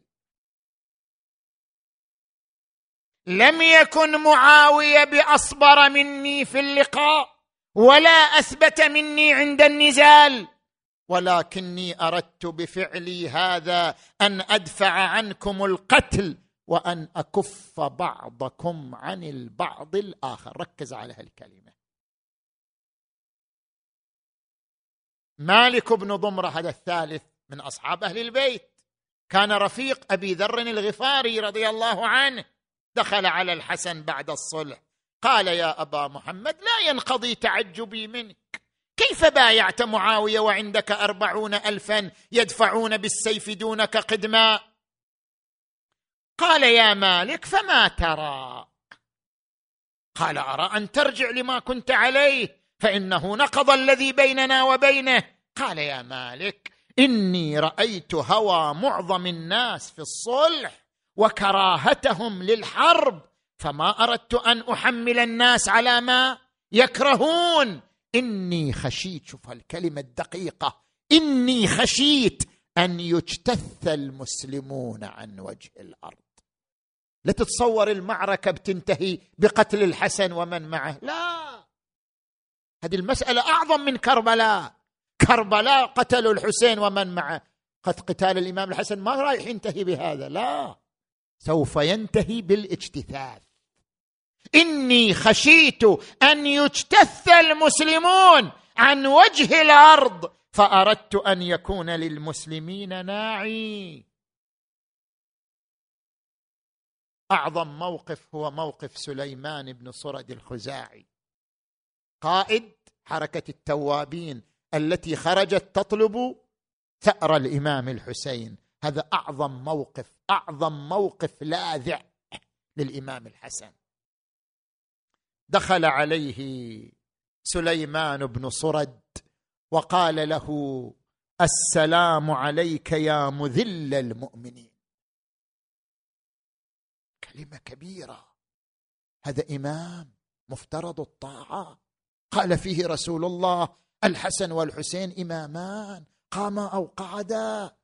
لم يكن معاوية بأصبر مني في اللقاء ولا أثبت مني عند النزال، ولكني أردت بفعلي هذا أن أدفع عنكم القتل وأن أكف بعضكم عن البعض الآخر. ركز على هالكلمة. مالك بن ضمرة هذا الثالث من أصحاب أهل البيت، كان رفيق أبي ذر الغفاري رضي الله عنه. دخل على الحسن بعد الصلح قال: يا أبا محمد، لا ينقضي تعجبي منك، كيف بايعت معاوية وعندك أربعون ألفا يدفعون بالسيف دونك قدما؟ قال: يا مالك، فما ترى؟ قال: أرى أن ترجع لما كنت عليه، فإنه نقض الذي بيننا وبينه. قال: يا مالك، إني رأيت هوى معظم الناس في الصلح وكراهتهم للحرب، فما أردت أن أحمل الناس على ما يكرهون. إني خشيت، شوف الكلمة الدقيقة، إني خشيت أن يجتث المسلمون عن وجه الأرض. لا تتصور المعركة بتنتهي بقتل الحسن ومن معه، لا، هذه المسألة أعظم من كربلاء. كربلاء قتلوا الحسين ومن معه، قد قتال الإمام الحسن ما رايح ينتهي بهذا، لا، سوف ينتهي بالاجتثاث. إني خشيت أن يجتث المسلمون عن وجه الأرض فأردت أن يكون للمسلمين ناعي. أعظم موقف هو موقف سليمان بن صرد الخزاعي، قائد حركة التوابين التي خرجت تطلب ثأر الإمام الحسين. هذا أعظم موقف، أعظم موقف لاذع للإمام الحسن. دخل عليه سليمان بن صرد وقال له: السلام عليك يا مذل المؤمنين. كلمة كبيرة، هذا إمام مفترض الطاعة، قال فيه رسول الله: الحسن والحسين إمامان قاما أو قعدا.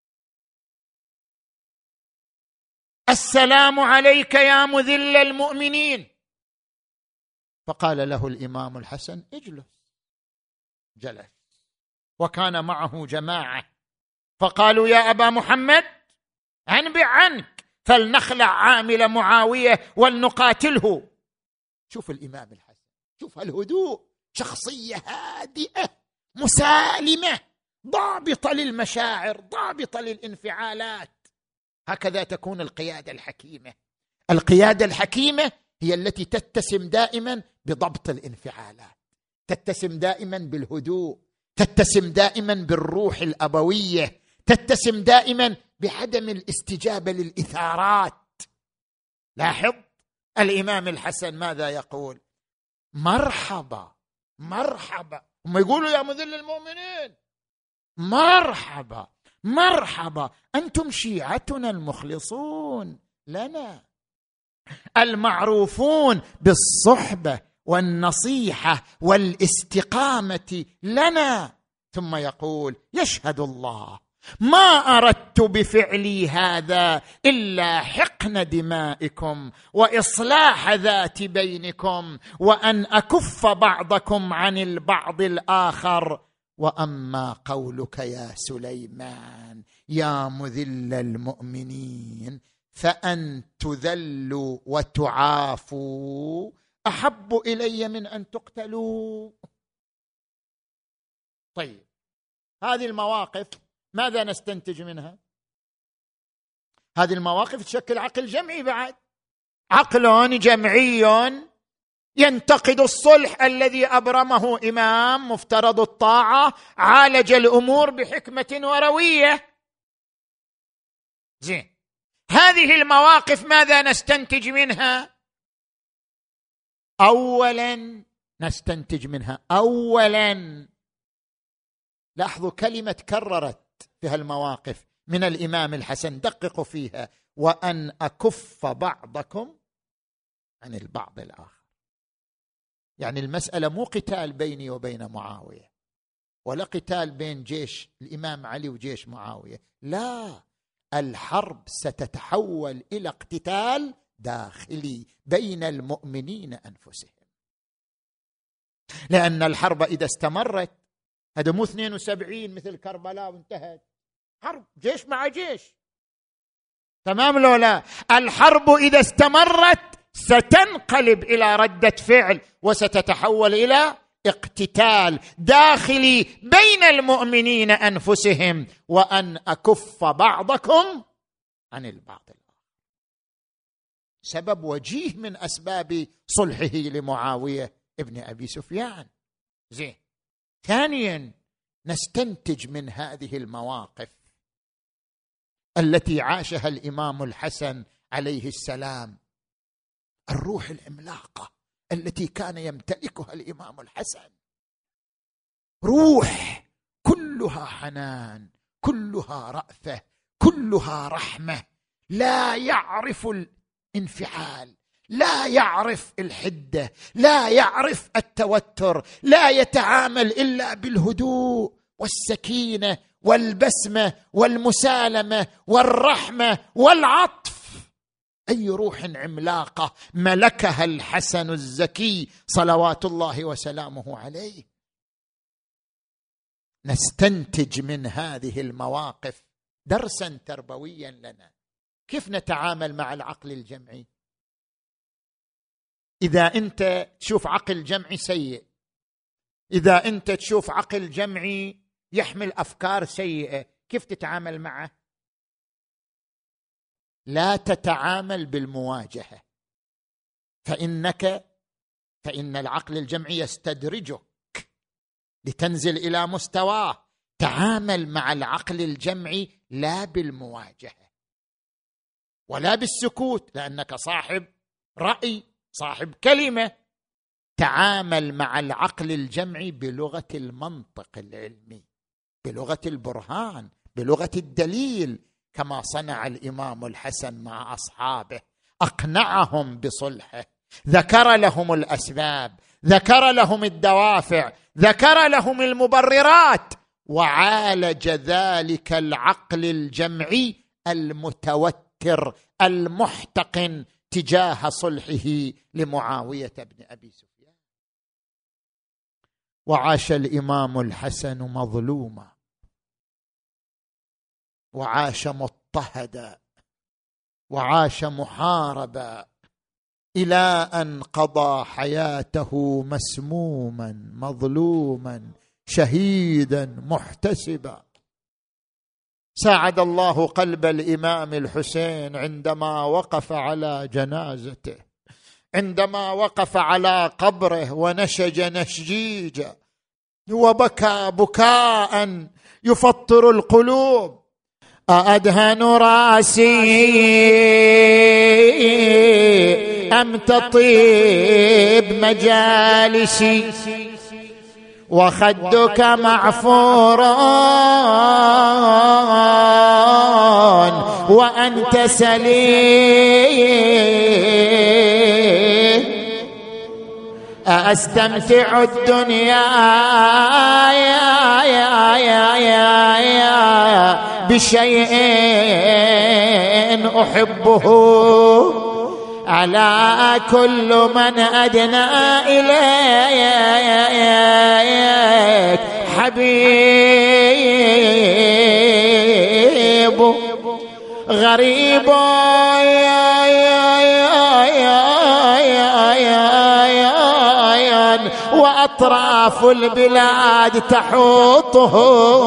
السلام عليك يا مذل المؤمنين. فقال له الإمام الحسن: اجلس. جلس، وكان معه جماعة، فقالوا: يا أبا محمد أنبع عنك، فلنخلع عامل معاوية ولنقاتله. شوف الإمام الحسن، شوف الهدوء، شخصية هادئة مسالمة ضابطة للمشاعر، ضابطة للانفعالات. هكذا تكون القيادة الحكيمة. القيادة الحكيمة هي التي تتسم دائما بضبط الانفعالات، تتسم دائما بالهدوء، تتسم دائما بالروح الأبوية، تتسم دائما بعدم الاستجابة للإثارات. لاحظ الإمام الحسن ماذا يقول: مرحبا مرحبا. هم يقولوا يا مذل المؤمنين: مرحبا مرحبا، أنتم شيعتنا المخلصون لنا، المعروفون بالصحبة والنصيحة والاستقامة لنا. ثم يقول: يشهد الله ما أردت بفعلي هذا إلا حقن دمائكم وإصلاح ذات بينكم، وأن أكف بعضكم عن البعض الآخر. وأما قولك يا سليمان يا مذل المؤمنين فأن تذلوا وتعافوا أحب إلي من أن تقتلوا. طيب، هذه المواقف ماذا نستنتج منها؟ هذه المواقف تشكل عقل جمعي، بعد عقل جمعي ينتقد الصلح الذي أبرمه إمام مفترض الطاعة، عالج الأمور بحكمة وروية. زين، هذه المواقف ماذا نستنتج منها؟ أولا نستنتج منها أولا لاحظوا كلمة كررت في هالمواقف من الإمام الحسن، دققوا فيها: وأن أكف بعضكم عن البعض الآخر. يعني المسألة مو قتال بيني وبين معاوية، ولا قتال بين جيش الإمام علي وجيش معاوية، لا، الحرب ستتحول إلى اقتتال داخلي بين المؤمنين أنفسهم. لأن الحرب إذا استمرت، هذا مو اثنين وسبعين مثل كربلاء وانتهت، حرب جيش مع جيش، تمام لو لا؟ الحرب إذا استمرت ستنقلب إلى ردة فعل، وستتحول إلى اقتتال داخلي بين المؤمنين أنفسهم. وأن أكف بعضكم عن البعض الآخر، سبب وجيه من أسباب صلحه لمعاوية ابن أبي سفيان. زين، ثانيا نستنتج من هذه المواقف التي عاشها الإمام الحسن عليه السلام الروح العملاقة التي كان يمتلكها الإمام الحسن، روح كلها حنان، كلها رأفة، كلها رحمة، لا يعرف الانفعال، لا يعرف الحدة، لا يعرف التوتر، لا يتعامل إلا بالهدوء والسكينة والبسمة والمسالمة والرحمة والعطف. أي روح عملاقة ملكها الحسن الزكي صلوات الله وسلامه عليه. نستنتج من هذه المواقف درسا تربويا لنا، كيف نتعامل مع العقل الجمعي. إذا أنت تشوف عقل جمعي سيء، إذا أنت تشوف عقل جمعي يحمل أفكار سيئة، كيف تتعامل معه؟ لا تتعامل بالمواجهة، فإنك فإن العقل الجمعي يستدرجك لتنزل إلى مستواه. تعامل مع العقل الجمعي لا بالمواجهة ولا بالسكوت، لأنك صاحب رأي، صاحب كلمة. تعامل مع العقل الجمعي بلغة المنطق العلمي، بلغة البرهان، بلغة الدليل، كما صنع الإمام الحسن مع أصحابه. أقنعهم بصلحه، ذكر لهم الأسباب، ذكر لهم الدوافع، ذكر لهم المبررات، وعالج ذلك العقل الجمعي المتوتر المحتقن تجاه صلحه لمعاوية بن أبي سفيان. وعاش الإمام الحسن مظلوما، وعاش مضطهدا، وعاش محاربا، إلى أن قضى حياته مسموما مظلوما شهيدا محتسبا. ساعد الله قلب الإمام الحسين عندما وقف على جنازته، عندما وقف على قبره ونشج نشجيجا وبكى بكاء يفطر القلوب. أأدهن راسي أم تطيب مجالسي، وخدك معفور وأنت سليم. أستمتع الدنيا يا يا يا يا يا بشيء أحبه، على كل من أدنى إليك حبيب. غريب يا يا يا يا يا يا وأطراف البلاد تحوطه،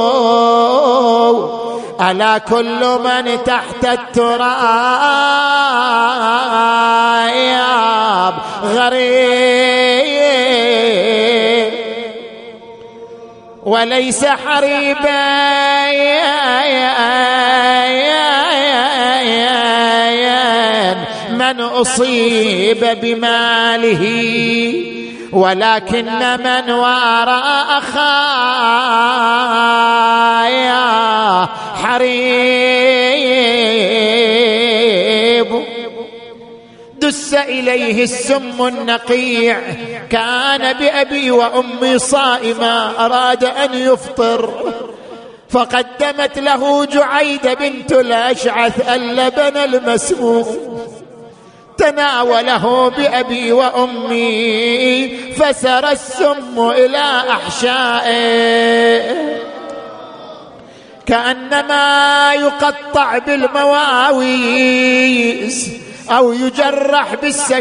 ألا كل من تحت التراب غريب. وليس حريبا من أصيب بماله، ولكن من وراء خايا حريب. دس إليه السم النقيع، كان بأبي وأمي صائما، أراد أن يفطر، فقدمت له جعيدة بنت الأشعث اللبن المسموم، تناوله بأبي وأمي، فسر السم إلى أحشائه كأنما يقطع بالمواويس أو يجرح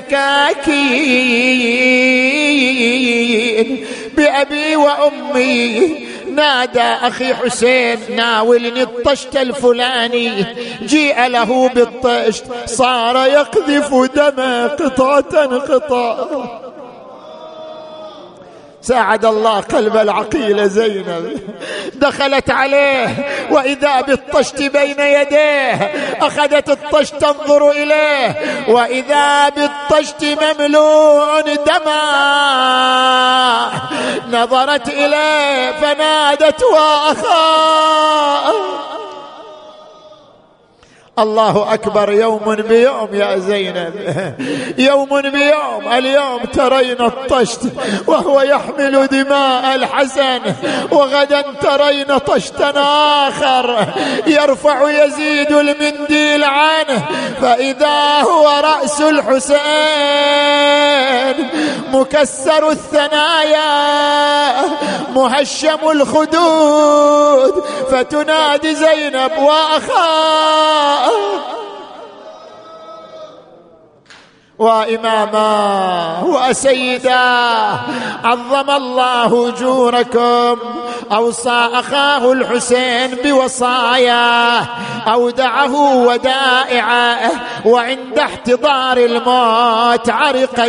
بالسكاكين. بأبي وأمي نادى أخي حسين ناولني الطشت الفلاني، جيء له بالطشت، صار يقذف دمه قطعة قطعة. ساعد الله قلب العقيلة زينب، دخلت عليه وإذا بالطشت بين يديه، أخذت الطشت تنظر إليه وإذا بالطشت مملوء دما، نظرت إليه فنادت وأخاه. الله أكبر. يوم بيوم يا زينب، يوم بيوم. اليوم ترين الطشت وهو يحمل دماء الحسن، وغدا ترين طشتا آخر يرفع يزيد المنديل عنه، فإذا هو رأس الحسين مكسر الثنايا مهشم الخدود، فتنادي زينب وأخاه وإماما وسيدا عظم الله أجوركم. أوصى أخاه الحسين بوصاياه، أودعه ودائعه، وعند احتضار الموت عرق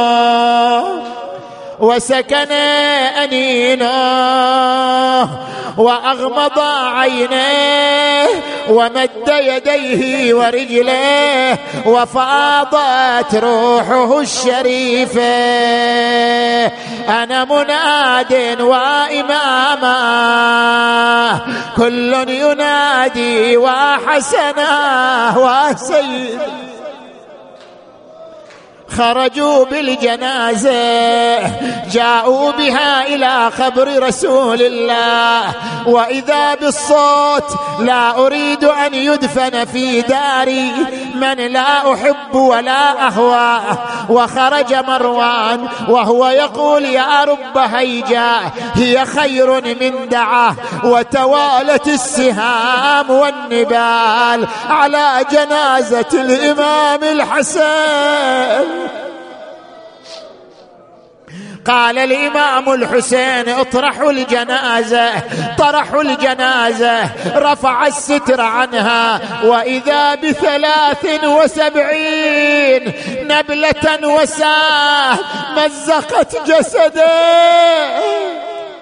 جبينه وسكن أنينه، وأغمض عينيه ومد يديه ورجليه وفاضت روحه الشريفة. أنا مناد وإماما كل ينادي وحسنا وسيد. خرجوا بالجنازة جاءوا بها إلى قبر رسول الله، وإذا بالصوت لا أريد أن يدفن في داري من لا أحب ولا أهوى. وخرج مروان وهو يقول يا رب هيجا هي خير من دعاه. وتوالت السهام والنبال على جنازة الإمام الحسن. قال الإمام الحسين اطرحوا الجنازة. طرحوا الجنازة، رفع الستر عنها، وإذا بثلاث وسبعين نبلة وساه مزقت جسده.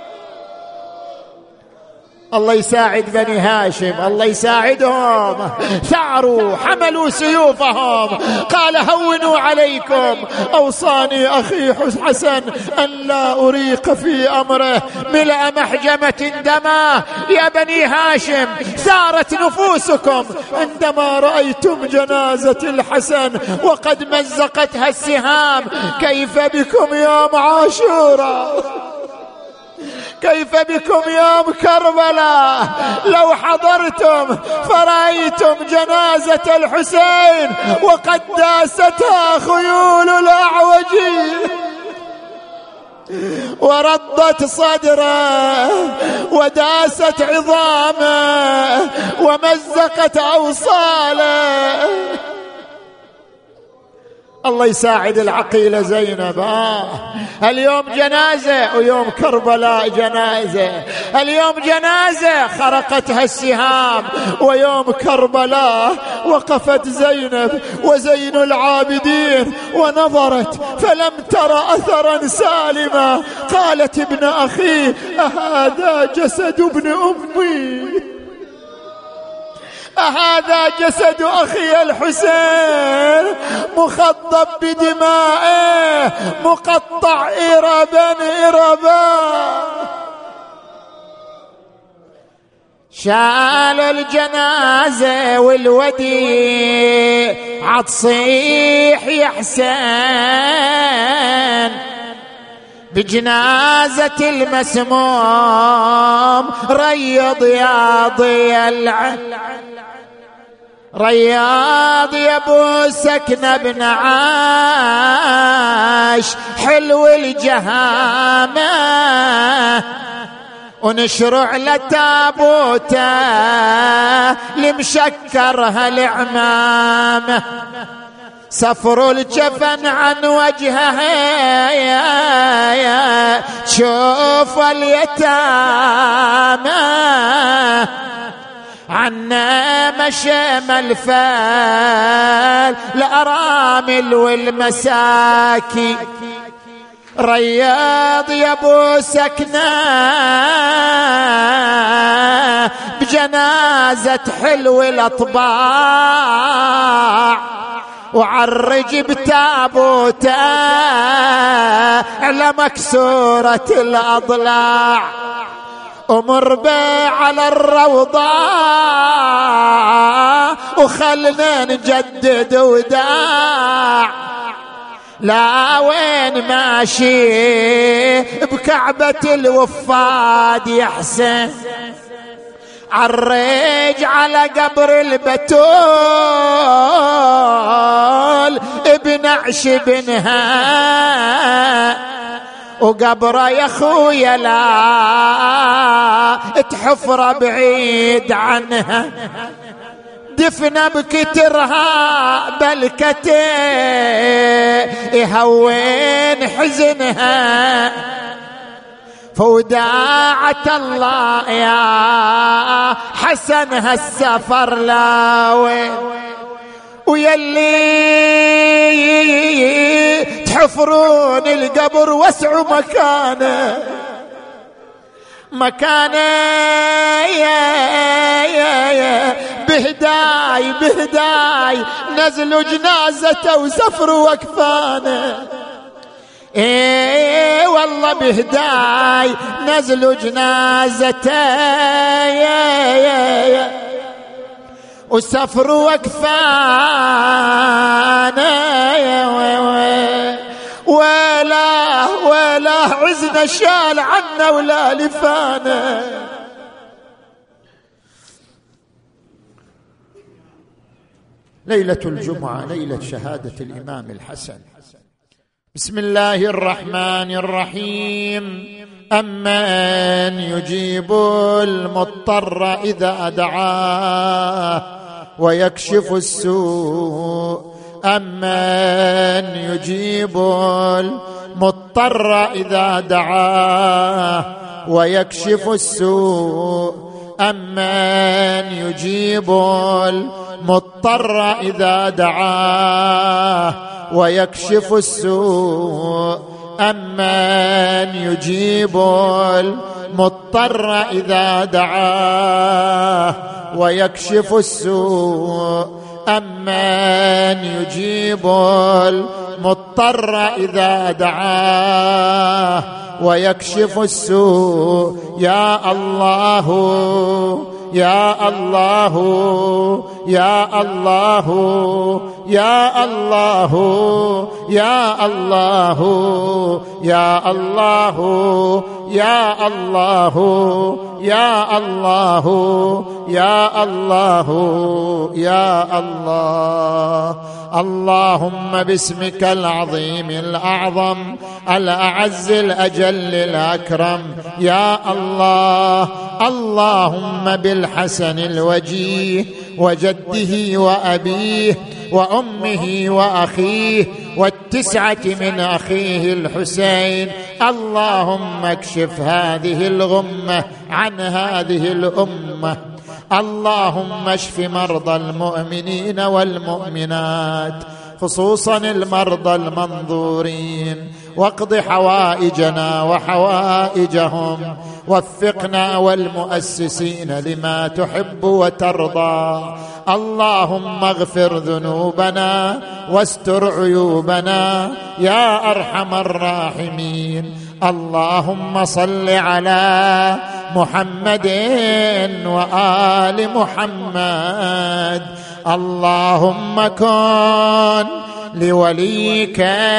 الله يساعد بني هاشم، الله يساعدهم. ثاروا حملوا سيوفهم. قال هونوا عليكم، أوصاني أخي حسن أن لا أريق في أمره ملء محجمة دما. يا بني هاشم ثارت نفوسكم عندما رأيتم جنازة الحسن وقد مزقتها السهام. كيف بكم يوم عاشوراء؟ كيف بكم يوم كربلاء؟ لو حضرتم فرأيتم جنازة الحسين وقد داستها خيول الأعوج وردت صدره وداست عظامه ومزقت أوصاله. الله يساعد العقيلة زينب. آه. اليوم جنازة ويوم كربلاء جنازة. اليوم جنازة خرقتها السهام، ويوم كربلاء وقفت زينب وزين العابدين ونظرت فلم تر أثرا سالما. قالت ابن أخي أهذا جسد ابن أمي؟ أهذا جسد أخي الحسين مخضب بدمائه مقطع إربا إربا؟ شال الجنازة والوديع عتصيح يا حسين بجنازة المسموم. ريض يا ضي العين، رياض يا ابو سكنة بن عاش حلو الجهامة. ونشرع لتابوته لمشكرها العمامة. سفر الجفن عن وجهها شوف اليتامى. عنا مشام الفال الأرامل والمساكي. رياض يا ابو سكنة بجنازة حلو الأطباع. وعرج بتابوته على مكسورة الأضلاع. أمر بي على الروضة وخلنا نجدد وداع. لا وين ماشي بكعبة الوفاد يا حسين. عرج على قبر البتول ابن عشبنها. وقبره يا خويا لا تحفر بعيد عنها. دفن بكترها بلكته يهون حزنها. فوداعة الله يا حسن هالسفر لاوي. ويلي تحفرون القبر واسعوا مكانه. مكانه بهداي بهداي نزل جنازته وسفر وكفانه. ايه والله بهداي نزل جنازته وسفر وكفانه. ولا ولا عزنا شال عنا ولا لفانا. ليلة الجمعة ليلة شهادة الإمام الحسن. بسم الله الرحمن الرحيم. أمن يجيب المضطر إذا دعاه ويكشف السوء. أمن يجيب المضطر إذا دعاه ويكشف السوء. أمن يجيب المضطر إذا دعاه ويكشف السوء. أمن يجيب المضطر إذا دعاه ويكشف السوء. أمن يجيب المضطر إذا دعاه ويكشف السوء. يا الله يا الله يا الله يا الله يا الله يا الله يا الله يا الله يا الله يا الله. اللهم باسمك العظيم الأعظم الأعز الأجل الأكرم يا الله. اللهم بالحسن الوجيه وجده وأبيه وأمه وأخيه والتسعة من أخيه الحسين، اللهم اكشف هذه الغمة عن هذه الأمة. اللهم اشف مرضى المؤمنين والمؤمنات خصوصا المرضى المنظورين، واقض حوائجنا وحوائجهم، وفقنا والمؤسسين لما تحب وترضى. اللهم اغفر ذنوبنا واستر عيوبنا يا أرحم الراحمين. اللهم صل على محمد وآل محمد. اللهم كن لوليك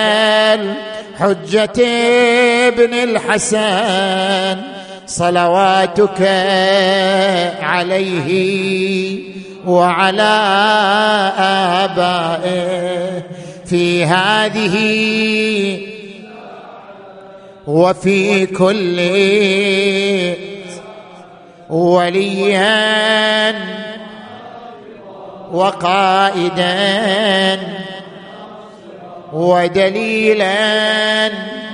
الحجة ابن الحسن صلواتك عليه وعلى آبائه في هذه وفي كل وليا وقائدا ودليلا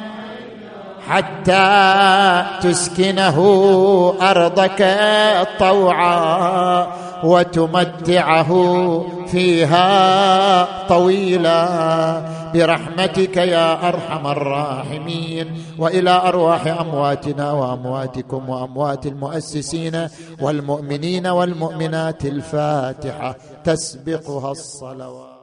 حتى تسكنه أرضك طوعا وتمتعه فيها طويلا برحمتك يا أرحم الراحمين. وإلى أرواح أمواتنا وأمواتكم وأموات المؤسسين والمؤمنين والمؤمنات الفاتحة تسبقها الصلوات.